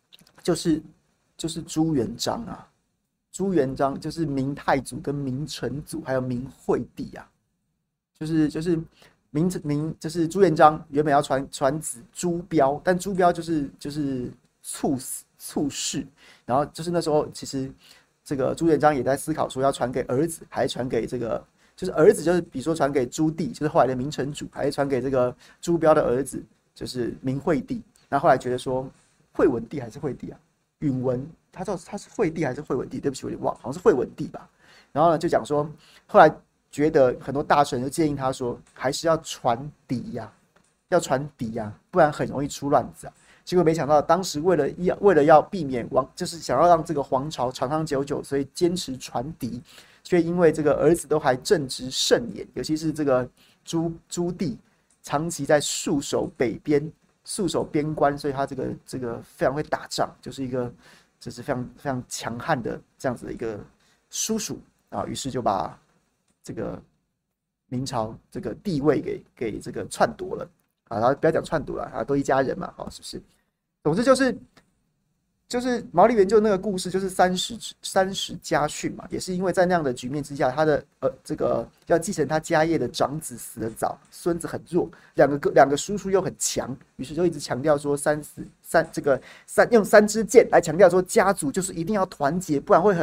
朱元璋啊。朱元璋就是明太祖跟明成祖还有明惠帝啊，就是就是朱元璋原本要传子朱标，但朱标就是猝逝，然后就是那时候其实这个朱元璋也在思考说要传给儿子，还是传给这个就是儿子就是比如说传给朱棣，就是后来的明成祖，还是传给这个朱标的儿子，就是明惠帝。那后来觉得说惠文帝还是惠帝啊，允文他是惠帝还是惠文帝？对不起，我有点忘，好像是惠文帝吧。然后呢就讲说，后来觉得很多大臣就建议他说，还是要传嫡呀，要传嫡呀，不然很容易出乱子啊。结果没想到，当时为了要避免就是想要让这个皇朝长长久久，所以坚持传嫡，却因为这个儿子都还正值盛年，尤其是这个朱棣长期在戍守北边、戍守边关，所以他这个非常会打仗，就是一个就是非常强悍的这样子的一个叔叔啊，于是就把这个明朝这个地位给这个篡夺了啊，然后不要讲篡夺了啊，都一家人嘛，好，是不是？总之就是毛利元就那个故事，就是三十家训嘛，也是因为在那样的局面之下，他的这个要继承他家业的长子死得早，孙子很弱，两个叔叔又很强，于是就一直强调说用三支箭来强调说家族就是一定要团结，不然会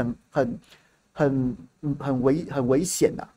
很危险呐、啊，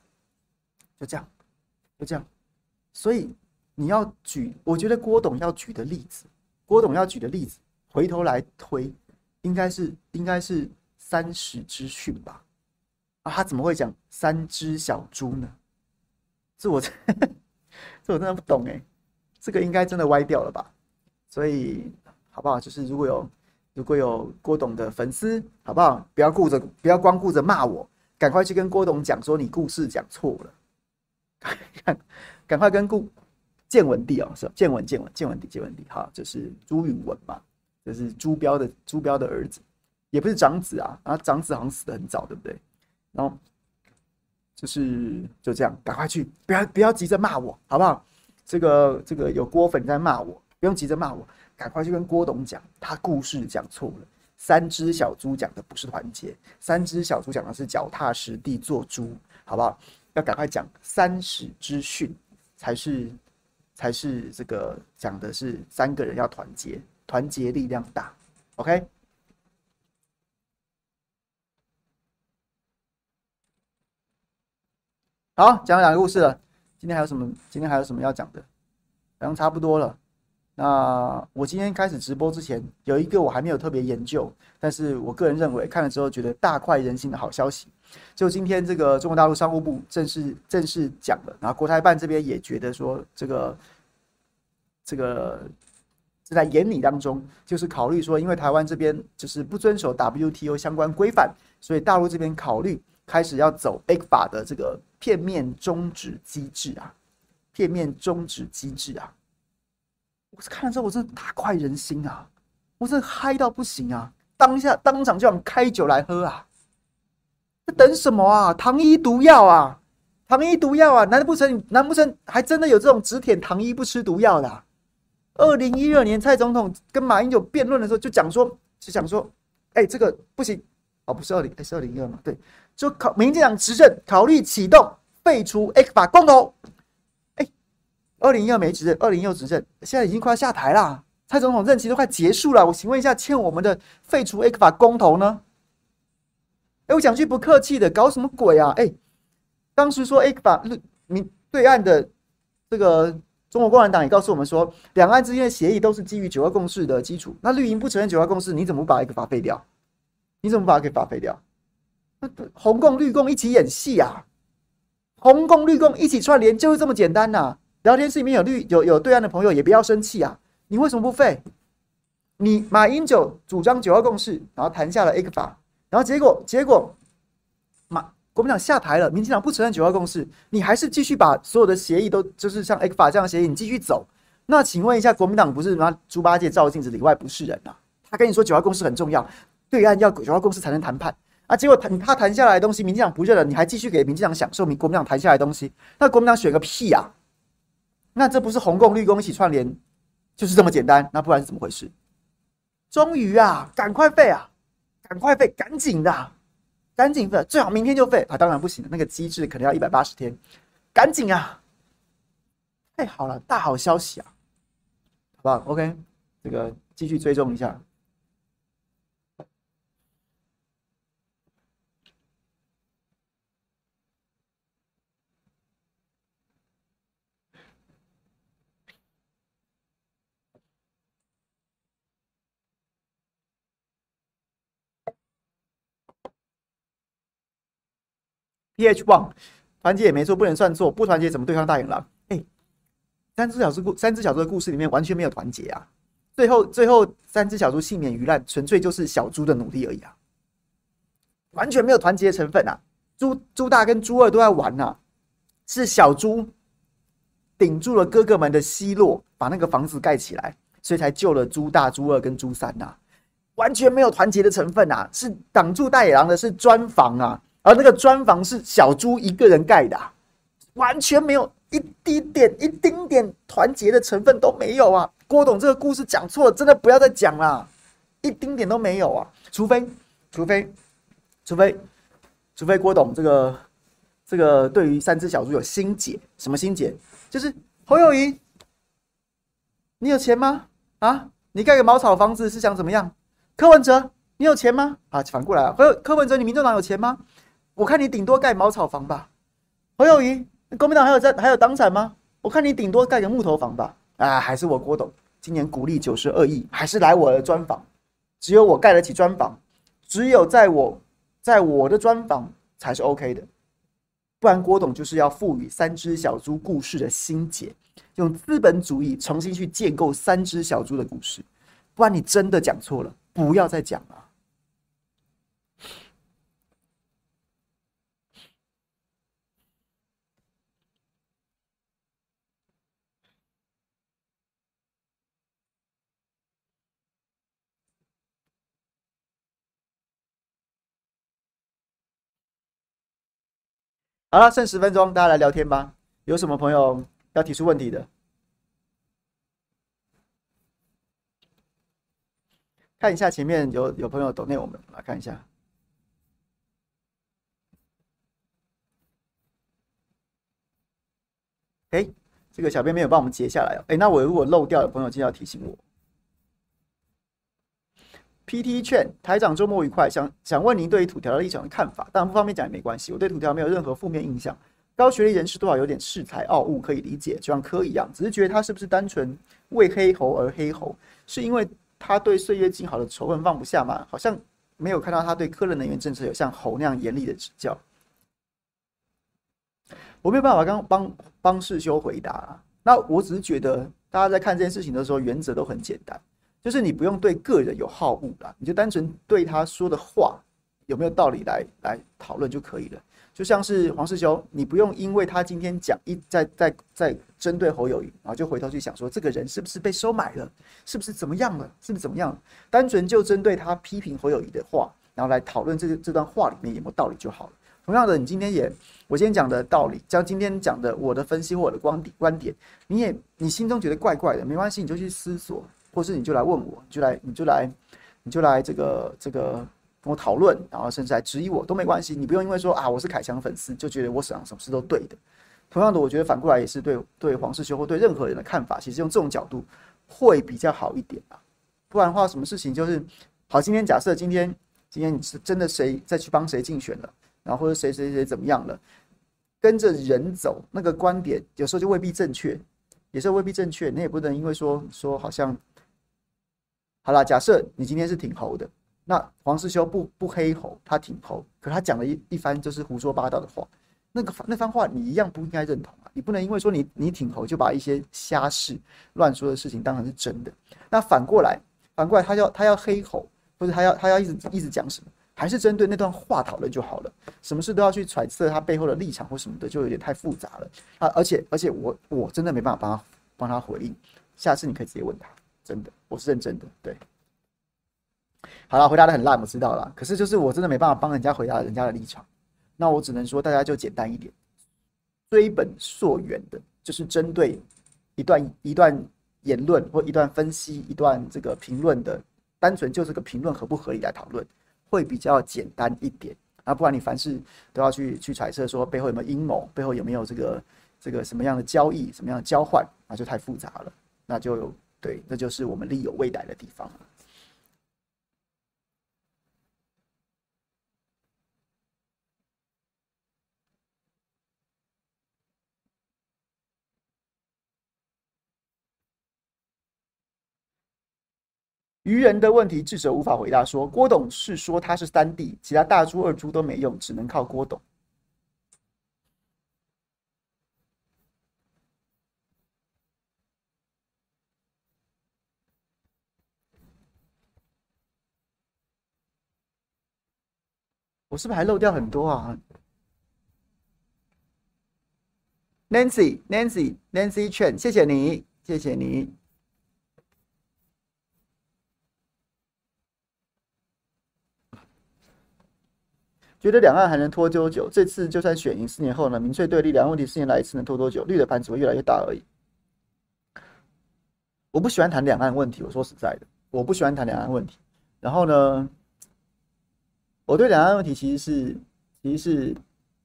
就这样，所以你要我觉得郭董要举的例子。回头来推，应该是30之训吧？啊，他怎么会讲3只小猪呢？这我真的不懂哎，这个应该真的歪掉了吧？所以好不好？就是如果有郭董的粉丝，好不好？不要光顾着骂我，赶快去跟郭董讲说你故事讲错了，赶快跟建文帝哦，是建文帝，哈，就是朱允文嘛，就是朱标的儿子，也不是长子啊，然后长子好像死得很早，对不对？然后就这样，赶快去，不要急着骂我，好不好？这个有郭粉在骂我，不用急着骂我，赶快去跟郭董讲，他故事讲错了，3只小猪讲的不是团结，3只小猪讲的是脚踏实地做猪，好不好？要赶快讲30之训，才是这个讲的是3个人要团结力量大 ，OK？ 好，讲了2个故事了，今天还有什么要讲的？好像差不多了。那我今天开始直播之前，有一个我还没有特别研究，但是我个人认为看了之后觉得大快人心的好消息，就今天这个中国大陆商务部正式讲了，然后国台办这边也觉得说这个是在眼里当中，就是考虑说，因为台湾这边就是不遵守 WTO 相关规范，所以大陆这边考虑开始要走 ECFA 的这个片面终止机制啊，我看了之后，我真的大快人心啊！我真的嗨到不行啊！当场就想开酒来喝啊！在等什么啊？糖衣毒药啊！难不成还真的有这种只舔糖衣不吃毒药的啊？2012年蔡总统跟马英九辩论的时候就讲说，这个不行哦，不是是2012嘛？对，就民进党执政考虑启动废除 ECFA 公投。2012没执政，2016执政，现在已经快要下台啦。蔡总统任期都快结束了，我请问一下，欠我们的废除 ECFA 公投呢？我讲句不客气的，搞什么鬼啊？当时说 ECFA 对岸的这个中国共产党也告诉我们说，两岸之间的协议都是基于9·2共识的基础。那绿营不承认9·2共识，你怎么不把 ECFA 废掉？那红共绿共一起演戏啊！红共绿共一起串联，就是这么简单呐、啊！聊天室里面有对岸的朋友，也不要生气啊！你为什么不废？你马英九主张9·2共识，然后谈下了 ECFA， 然后结果国民党下台了，民进党不承认9·2共识，你还是继续把所有的协议都就是像 ECFA 这样的协议，你继续走。那请问一下，国民党不是拿猪八戒照镜子里外不是人啊？他跟你说9·2共识很重要，对岸要9·2共识才能谈判啊，结果他谈下来的东西，民进党不认了，你还继续给民进党享受国民党谈下来的东西，那国民党选个屁啊！那这不是红共绿共一起串联，就是这么简单？那不然是怎么回事？终于啊，赶快废啊，赶紧的，赶紧废，最好明天就废啊！当然不行，那个机制可能要180天，赶紧啊！ 太好了，大好消息啊，好不好？OK，这个继续追踪一下。PH One 团结也没错，不能算错，不团结怎么对抗大野狼？三只小猪的故事里面完全没有团结啊！最后三只小猪幸免于难，纯粹就是小猪的努力而已啊，完全没有团结的成分啊！猪大跟猪二都在玩啊，是小猪顶住了哥哥们的奚落，把那个房子盖起来，所以才救了猪大、猪二跟猪三呐、完全没有团结的成分啊！是挡住大野狼的是砖房啊，而那个砖房是小猪一个人盖的、啊，完全没有一丁点团结的成分都没有啊！郭董这个故事讲错了，真的不要再讲啦，一丁点都没有啊！除非郭董这个对于三只小猪有心结，什么心结？就是侯友宜，你有钱吗？啊，你盖个茅草房子是想怎么样？柯文哲，你有钱吗？啊，反过来啊，柯文哲，你民众党有钱吗？我看你顶多盖茅草房吧。侯友宜，国民党还有党产吗？我看你顶多盖个木头房吧。啊，还是我郭董今年股利92亿，还是来我的专访，只有我盖得起专访，只有在我的专访才是 OK 的。不然郭董就是要赋予三只小猪故事的心结，用资本主义重新去建构三只小猪的故事。不然你真的讲错了，不要再讲了。好了，剩10分钟，大家来聊天吧。有什么朋友要提出问题的？看一下前面有朋友抖内我们来看一下。哎，这个小编没有帮我们截下来哦。哎，那我如果漏掉的朋友，记得要提醒我。PT 劝台长周末愉快，想问您对于土条的立场的看法，当然不方便讲也没关系。我对土条没有任何负面印象，高学历人士多少有点恃才傲物，可以理解，就像柯一样，只是觉得他是不是单纯为黑猴而黑猴，是因为他对岁月静好的仇恨放不下吗？好像没有看到他对科的能源政策有像猴那样严厉的指教。我没有办法帮世修回答啊。那我只是觉得大家在看这件事情的时候，原则都很简单，就是你不用对个人有好恶啦，你就单纯对他说的话有没有道理来讨论就可以了。就像是黄世修，你不用因为他今天讲在针对侯友宜，然后就回头去想说这个人是不是被收买了，是不是怎么样了，是不是怎么样了，单纯就针对他批评侯友宜的话，然后来讨论这段话里面有没有道理就好了。同样的，我今天讲的道理，将今天讲的我的分析或我的观点，你心中觉得怪怪的，没关系，你就去思索，或是你就来问我，你就来这个跟我讨论，然后甚至来质疑我都没关系，你不用因为说啊我是凯翔粉丝就觉得我想什么事都对的。同样的，我觉得反过来也是对黄世修或对任何人的看法，其实用这种角度会比较好一点啊。不然的话，什么事情就是好，今天假设今天你是真的谁再去帮谁竞选了。然后或者谁怎么样了，跟着人走，那个观点有时候就未必正确，有时候未必正确，你也不能因为说好像，好啦，假设你今天是挺侯的，那黄世修不黑侯，他挺侯，可他讲了一番就是胡说八道的话，那番话你一样不应该认同啊，你不能因为说你挺侯就把一些瞎事乱说的事情当成是真的，那反过来他要黑侯，或者他要一直讲什么。还是针对那段话讨论就好了，什么事都要去揣测他背后的立场或什么的，就有点太复杂了啊！而且我真的没办法帮他回应，下次你可以直接问他，真的，我是认真的。对，好了，回答的很烂，我知道了。可是就是我真的没办法帮人家回答人家的立场，那我只能说大家就简单一点，追本溯源的，就是针对一段言论或一段分析、一段这个评论的，单纯就这个评论合不合理来讨论。会比较简单一点啊，不然你凡事都要去揣测说背后有没有阴谋，背后有没有这这个什么样的交易、什么样的交换，那就太复杂了。那就对，这就是我们力有未逮的地方了。愚人的问题，智者无法回答说。郭董是说他是三弟，其他大猪二猪都没用，只能靠郭董。我是不是还漏掉很多啊？Nancy Chen，谢谢你，谢谢你。觉得两岸还能拖多久？这次就算选赢4年后呢？民粹对立，两岸问题4年来一次能拖多久？绿的盘只会越来越大而已。我不喜欢谈两岸问题，我说实在的，我不喜欢谈两岸问题。然后呢，我对两岸问题其实是，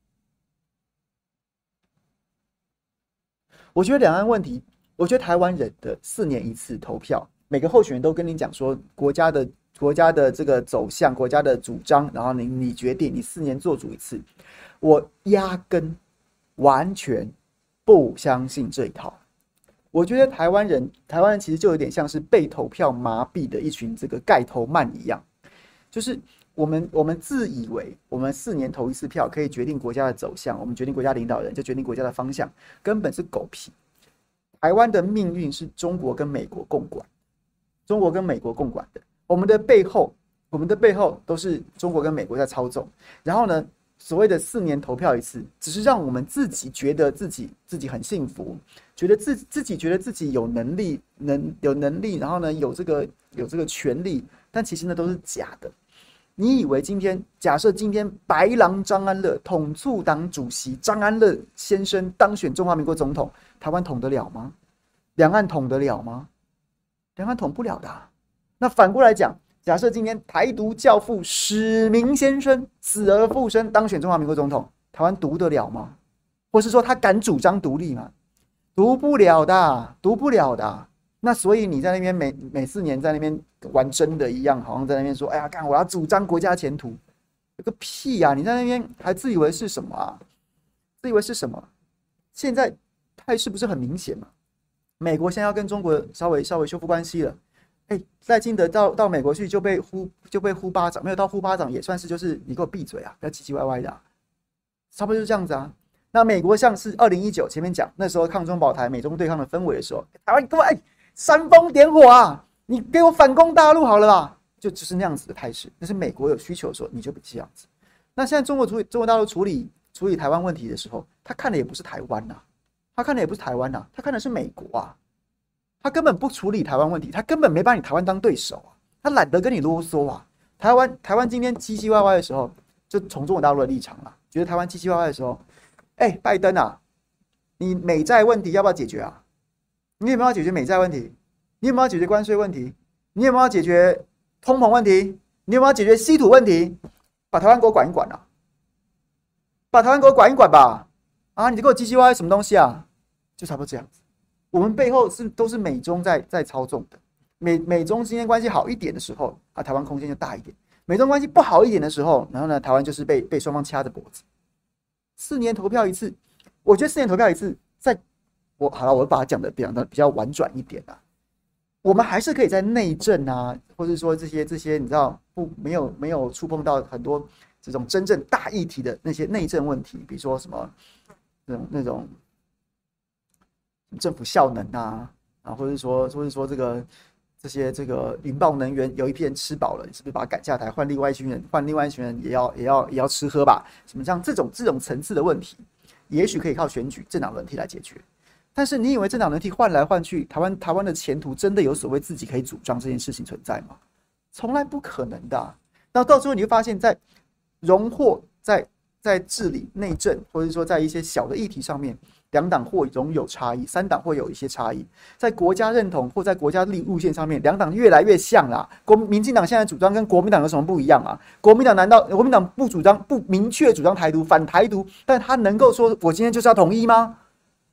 我觉得两岸问题，我觉得台湾人的4年一次投票，每个候选人都跟你讲说国家的这个走向，国家的主张，然后你决定，你4年做主一次。我压根完全不相信这一套。我觉得台湾人其实就有点像是被投票麻痹的一群这个盖头曼一样，就是我们自以为我们4年投一次票可以决定国家的走向，我们决定国家领导人就决定国家的方向，根本是狗屁。台湾的命运是中国跟美国共管，中国跟美国共管的，我们的背后都是中国跟美国在操纵。然后呢，所谓的4年投票一次，只是让我们自己觉得自己很幸福，觉得自己觉得自己有能力，然后呢有这个权利，但其实那都是假的。你以为假设今天白狼张安乐统促党主席张安乐先生当选中华民国总统，台湾统得了吗？两岸统得了吗？两岸统不了的啊。那反过来讲，假设今天台独教父史明先生死而复生当选中华民国总统，台湾独得了吗？或是说他敢主张独立吗？独不了的，独不了的。那所以你在那边每4年在那边玩真的一样，好像在那边说，哎呀，干我要主张国家前途，有个屁啊！你在那边还自以为是什么啊？自以为是什么？现在态势不是很明显吗？美国现在要跟中国稍微修复关系了。哎，赖清德到美国去就被呼巴掌，没有到呼巴掌也算是就是你给我闭嘴啊，不要唧唧歪歪的啊，差不多就是这样子啊。那美国像是2019前面讲那时候抗中保台、美中对抗的氛围的时候，台湾各位煽风点火啊，你给我反攻大陆好了吧？就是那样子的态势。但是美国有需求的时候，你就不这样子。那现在中国大陆处理台湾问题的时候，他看的也不是台湾呐，他看的是美国啊。他根本不处理台湾问题，他根本没把你台湾当对手啊，他懒得跟你啰嗦啊。台湾今天唧唧歪歪的时候，就从中国大陆的立场啦，觉得台湾唧唧歪歪的时候，拜登啊，你美债问题要不要解决啊？你有没有要解决美债问题？你有没有要解决关税问题？你有没有要解决通膨问题？你有没有要解决稀土问题？把台湾给我管一管啊！把台湾给我管一管吧！啊，你给我唧唧歪歪什么东西啊？就差不多这样子。我们背后都是美中在操纵的。美中之间关系好一点的时候，啊，台湾空间就大一点；美中关系不好一点的时候，然后呢，台湾就是被双方掐着脖子。4年投票一次，我觉得4年投票一次，我把它讲的比较婉转一点啊。我们还是可以在内政啊，或者说这些你知道没有触碰到很多这种真正大议题的那些内政问题，比如说什么那种政府效能啊，或者说这些引爆能源，有一批人吃饱了，你是不是把他赶下台，换另外一群人也要吃喝吧？什么像这种层次的问题，也许可以靠选举政党轮替来解决。但是你以为政党轮替换来换去，台湾的前途真的有所谓自己可以主张这件事情存在吗？从来不可能的啊。那到最后你会发现，在荣获在治理内政，或者说在一些小的议题上面，两党或拥有差异，3党会有一些差异。在国家认同或在国家路线上面，两党越来越像啦。民进党现在主张跟国民党有什么不一样啊？国民党不明确主张台独反台独，但他能够说我今天就是要统一吗？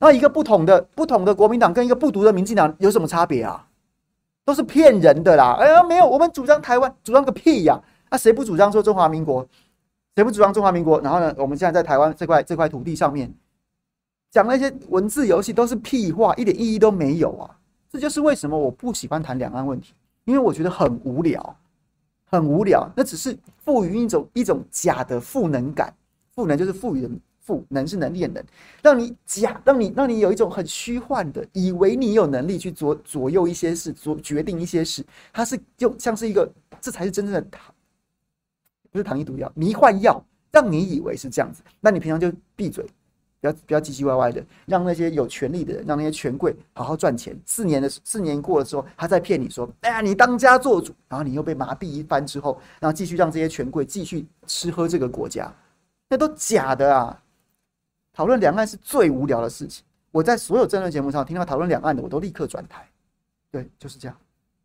那一个不同的国民党跟一个不独的民进党有什么差别啊？都是骗人的啦！哎呀，没有，我们主张台湾，主张个屁呀！那谁不主张说中华民国？谁不主张中华民国？然后呢，我们现在在台湾这块土地上面讲那些文字游戏都是屁话，一点意义都没有啊！这就是为什么我不喜欢谈两岸问题，因为我觉得很无聊，很无聊。那只是赋予一种假的赋能感，赋能就是赋予的赋，能是能力的能，让你有一种很虚幻的，以为你有能力去左右一些事，决定一些事，它是像是一个，这才是真正的不是糖衣毒药，迷幻药，让你以为是这样子。那你平常就闭嘴，不要唧唧歪歪的，让那些有权利的人，让那些权贵好好赚钱。4年过了之后，他再骗你说，哎呀，你当家做主，然后你又被麻痹一番之后，然后继续让这些权贵继续吃喝这个国家，那都假的啊！讨论两岸是最无聊的事情。我在所有政论节目上听到讨论两岸的，我都立刻转台。对，就是这样。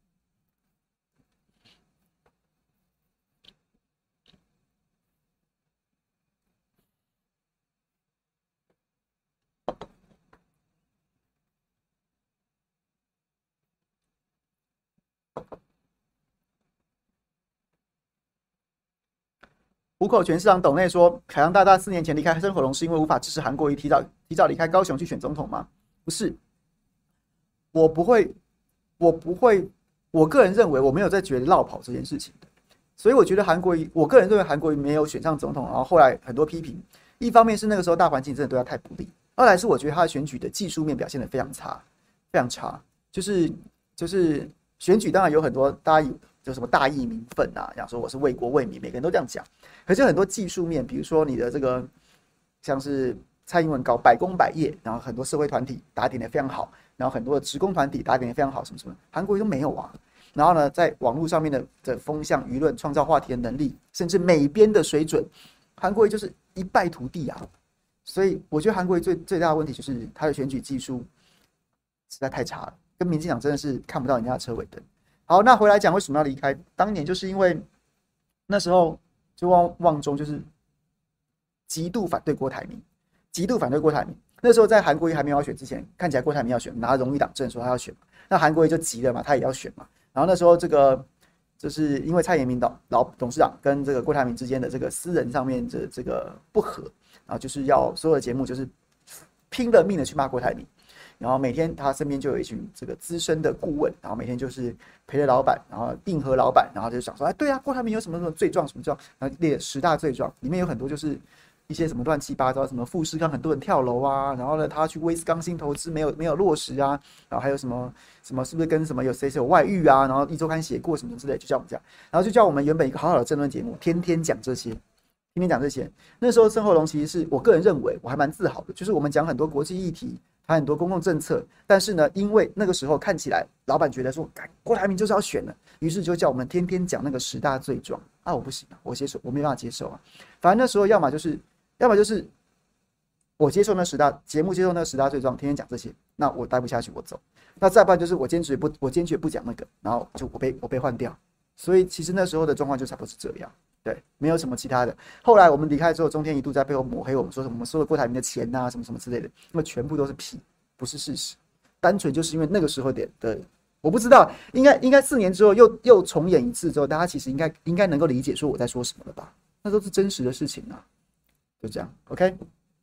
虎口全市长董内说，海洋大大4年前离开生火龙是因为无法支持韩国瑜提早离开高雄去选总统吗？不是，我不会，我不会，我个人认为我没有在觉得落跑这件事情的，所以我觉得韩国瑜，我个人认为韩国瑜没有选上总统，然后后来很多批评，一方面是那个时候大环境真的对他太不利，二来是我觉得他的选举的技术面表现得非常差，非常差，就是选举当然有很多大家就什么大义名分啊，讲说我是为国为民，每个人都这样讲，可是很多技术面，比如说你的这个像是蔡英文搞百工百业，然后很多社会团体打点的非常好，然后很多的职工团体打点的非常好，什么什么，韩国瑜都没有啊。然后呢，在网络上面的风向、舆论、创造话题的能力，甚至美编的水准，韩国瑜就是一败涂地啊。所以我觉得韩国瑜最大的问题就是他的选举技术实在太差了，跟民进党真的是看不到人家的车尾灯。好，那回来讲为什么要离开？当年就是因为那时候就旺中就是极度反对郭台铭，极度反对郭台铭。那时候在韩国瑜还没有要选之前，看起来郭台铭要选，拿荣誉党证说他要选嘛，那韩国瑜就急了嘛，他也要选嘛。然后那时候这个就是因为蔡衍明董事长跟这个郭台铭之间的这个私人上面的这个不和，然后就是要所有的节目就是拼了命的去骂郭台铭。然后每天他身边就有一群这个资深的顾问，然后每天就是陪着老板，然后应和老板，然后就想说，哎，对啊，郭台铭有什么什么罪状，什么状，然后列10大罪状，里面有很多就是一些什么乱七八糟，什么富士康很多人跳楼啊，然后呢，他去威斯康星投资没有落实啊，然后还有什么是不是跟什么谁有外遇啊，然后一周刊写过什么之类，就叫我们讲，然后就叫我们原本一个好好的政论节目，天天讲这些。天天讲这些，那时候生活龙其实是我个人认为我还蛮自豪的，就是我们讲很多国际议题，谈很多公共政策，但是呢，因为那个时候看起来老板觉得说郭台铭就是要选了，于是就叫我们天天讲那个10大罪状啊，我不行啊，我没办法接受啊。反正那时候要么就是我接受那10大节目，接受那10大罪状，天天讲这些，那我待不下去，我走。那再不然就是我坚决不讲那个，然后就我被换掉。所以其实那时候的状况就差不多是这样。对，没有什么其他的。后来我们离开之后，中天一度在背后抹黑我们，说什么我们收了郭台铭的钱啊，什么什么之类的，那全部都是屁，不是事实。单纯就是因为那个时候的，我不知道，应该4年之后又重演一次之后，大家其实应该能够理解说我在说什么了吧？那都是真实的事情啊，就这样。OK。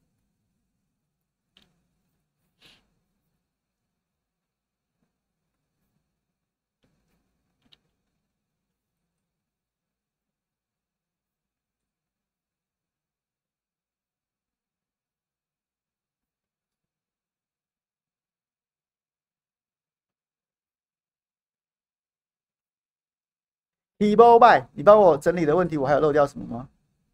李波拜，你帮我整理的问题，我还有漏掉什么吗？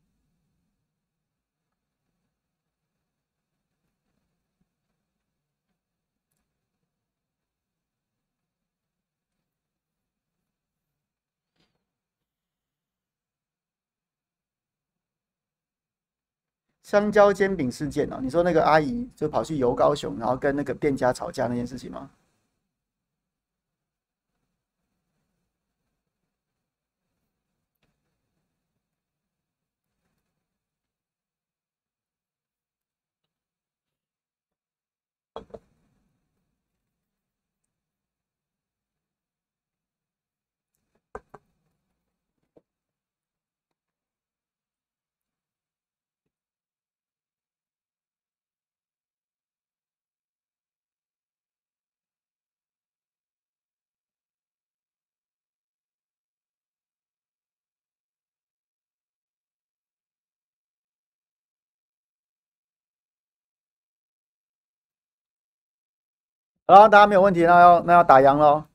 香蕉煎饼事件哦，你说那个阿姨就跑去游高雄，然后跟那个店家吵架那件事情吗？ 好，大家没有问题，那要打烊喽。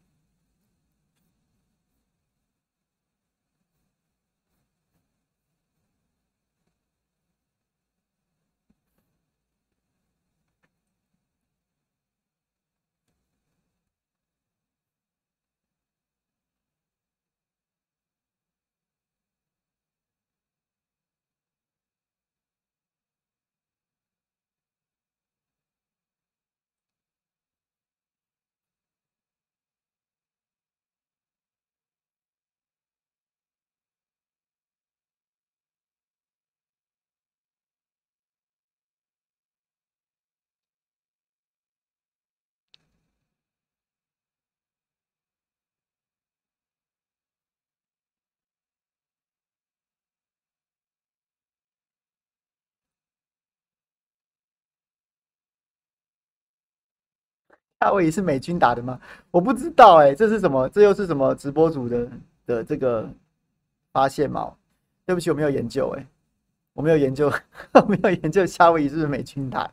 夏威夷是美军打的吗？我不知道哎、这是什么？这又是什么直播组的这个发现吗？对不起，我没有研究哎、我没有研究，我没有研究夏威夷是不是美军打的。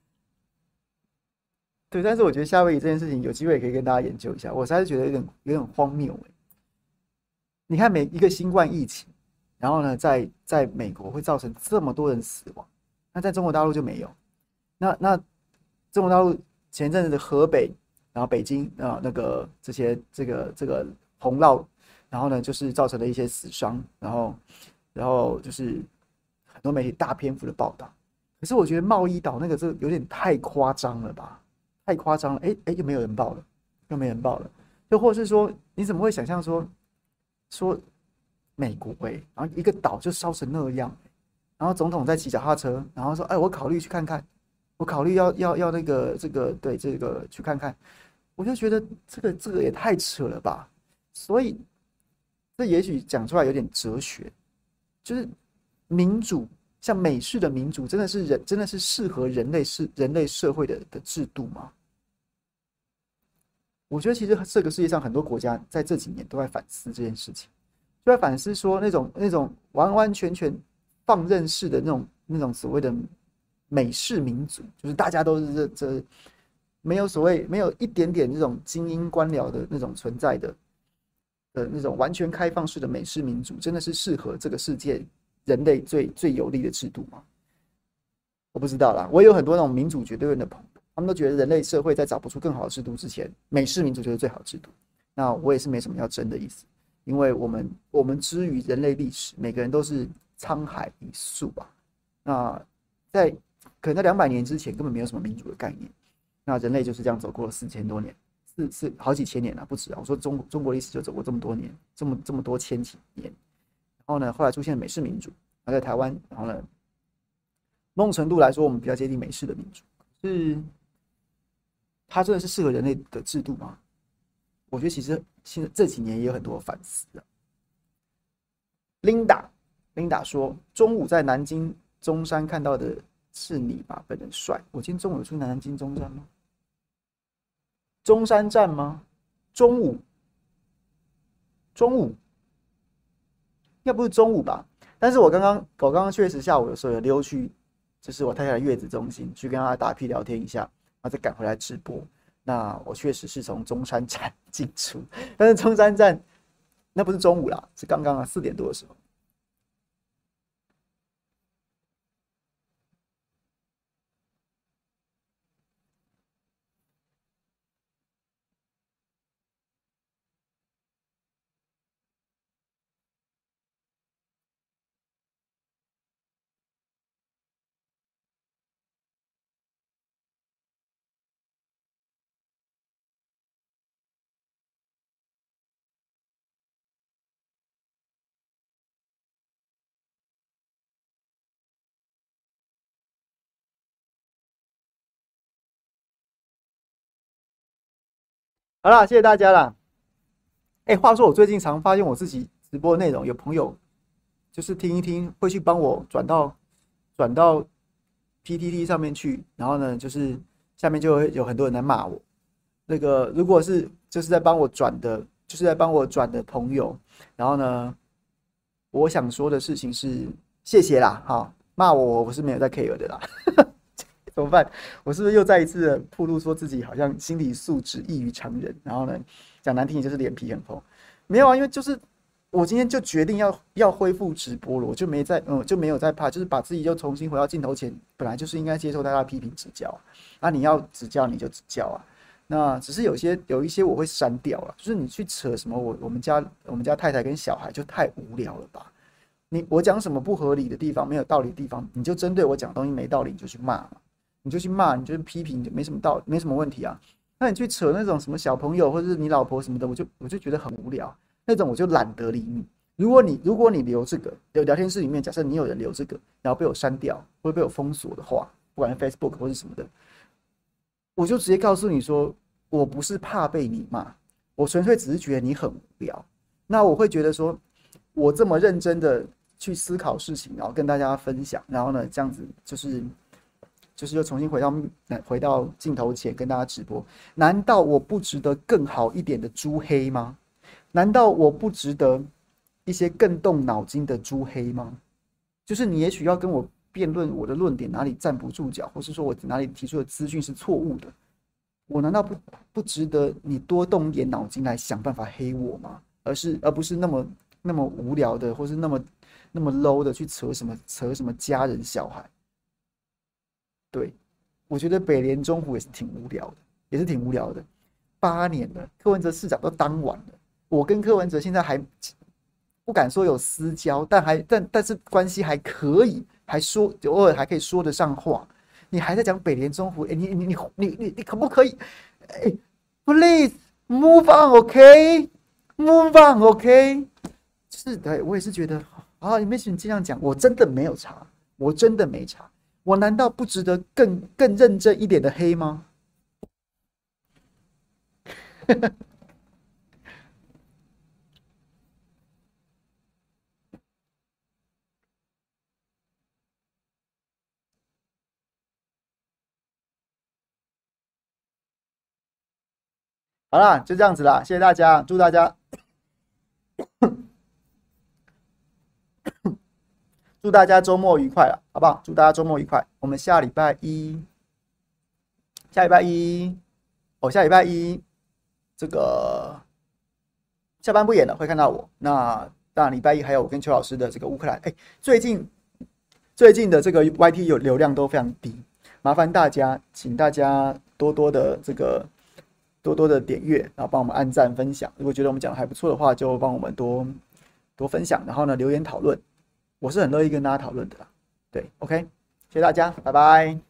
对，但是我觉得夏威夷这件事情有机会也可以跟大家研究一下，我实在是觉得有点荒谬哎、你看每一个新冠疫情，然后呢，在美国会造成这么多人死亡，那在中国大陆就没有。那中国大陆前一阵子的河北，然后北京那个这个洪涝，然后呢就是造成了一些死伤，然后就是很多媒体大篇幅的报道。可是我觉得贸易岛那个这有点太夸张了吧？太夸张了！哎，又没有人报了，又没人报了。又或是说，你怎么会想象说美国然后一个岛就烧成那样，然后总统在骑脚踏车，然后说，哎，我考虑去看看，我考虑要那个这个去看看，我就觉得这个也太扯了吧。所以这也许讲出来有点哲学，就是民主，像美式的民主，真的是适合人类社会的制度吗？我觉得其实这个世界上很多国家在这几年都在反思这件事情，就在反思说那种完完全全放任式的那种所谓的美式民主，就是大家都是没有所谓没有一点点这种精英官僚的那种存在的那种完全开放式的美式民主，真的是适合这个世界人类最有利的制度吗？我不知道啦，我有很多那种民主绝对论的朋友，他们都觉得人类社会在找不出更好的制度之前，美式民主就是最好的制度。那我也是没什么要争的意思，因为我们之于人类历史，每个人都是沧海一粟吧。那在可能在200年之前，根本没有什么民主的概念。那人类就是这样走过了4000多年，好几千年了，不止啊。我说中国历史就走过这么多年，这么多千几年。然后呢，后来出现了美式民主，然后在台湾，然后呢，某种程度来说，我们比较接近美式的民主。是它真的是适合人类的制度吗？我觉得其实现在这几年也有很多反思的。Linda 说，中午在南京中山看到的是你吧？本人帅。我今天中午有去南京中山吗？中山站吗？中午，中午，应该不是中午吧？但是我刚刚确实下午的时候有溜去，就是我太太的月子中心去跟她打屁聊天一下，然后再赶回来直播。那我确实是从中山站进出，但是中山站那不是中午啦，是刚刚4点多的时候。好啦，谢谢大家啦。哎，话说我最近常发现我自己直播的内容，有朋友就是听一听，会去帮我转到 PTT 上面去，然后呢，就是下面就会有很多人来骂我。那个如果是就是在帮我转的，就是在帮我转的朋友，然后呢，我想说的事情是谢谢啦，好，骂我是没有在 care 的啦。 怎么办？我是不是又再一次的暴露说自己好像心理素质异于常人？然后呢，讲难听点就是脸皮很厚。没有啊，因为就是我今天就决定要恢复直播了，我就没有再怕，就是把自己又重新回到镜头前，本来就是应该接受大家的批评指教啊，你要指教你就指教啊。那只是有一些我会删掉了，就是你去扯什么我们家太太跟小孩就太无聊了吧？我讲什么不合理的地方、没有道理的地方，你就针对我讲东西没道理，你就去骂嘛，你就去骂，你就批评，没什么道理，没什么问题啊。那你去扯那种什么小朋友或者是你老婆什么的，我就觉得很无聊，那种我就懒得理你。如果你留这个聊天室里面，假设你有人留这个，然后被我删掉或者被我封锁的话，不管是 Facebook 或是什么的，我就直接告诉你说，我不是怕被你骂，我纯粹只是觉得你很无聊。那我会觉得说，我这么认真的去思考事情，然后跟大家分享，然后呢，这样子就是又重新回到镜头前跟大家直播，难道我不值得更好一点的朱黑吗？难道我不值得一些更动脑筋的朱黑吗？就是你也许要跟我辩论我的论点哪里站不住脚，或是说我哪里提出的资讯是错误的，我难道不值得你多动一点脑筋来想办法黑我吗？而不是那么无聊的，或是那么low 的去扯什么家人小孩？对，我觉得北联中湖也是挺无聊的，8年了，柯文哲市长都当完了，我跟柯文哲现在还不敢说有私交，但是关系还可以，偶尔还可以说得上话。你还在讲北联中湖，你可不可以？please move on，OK，move on，OK。是的，我也是觉得啊，你没许你这样讲，我真的没有查，我真的没查，我难道不值得更认真一点的黑吗？好啦，就这样子啦，谢谢大家，祝大家周末愉快了，好不好？祝大家周末愉快，我们下礼拜一，下礼拜一，下礼拜一这个下班不演了，会看到我。那当然，礼拜一还有我跟邱老师的这个乌克兰。最近的这个 YT 有流量都非常低，麻烦大家，请大家多多的点阅，然后帮我们按赞分享。如果觉得我们讲的还不错的话，就帮我们多分享，然后呢留言讨论，我是很乐意跟大家讨论的啦。对，OK，谢谢大家，拜拜。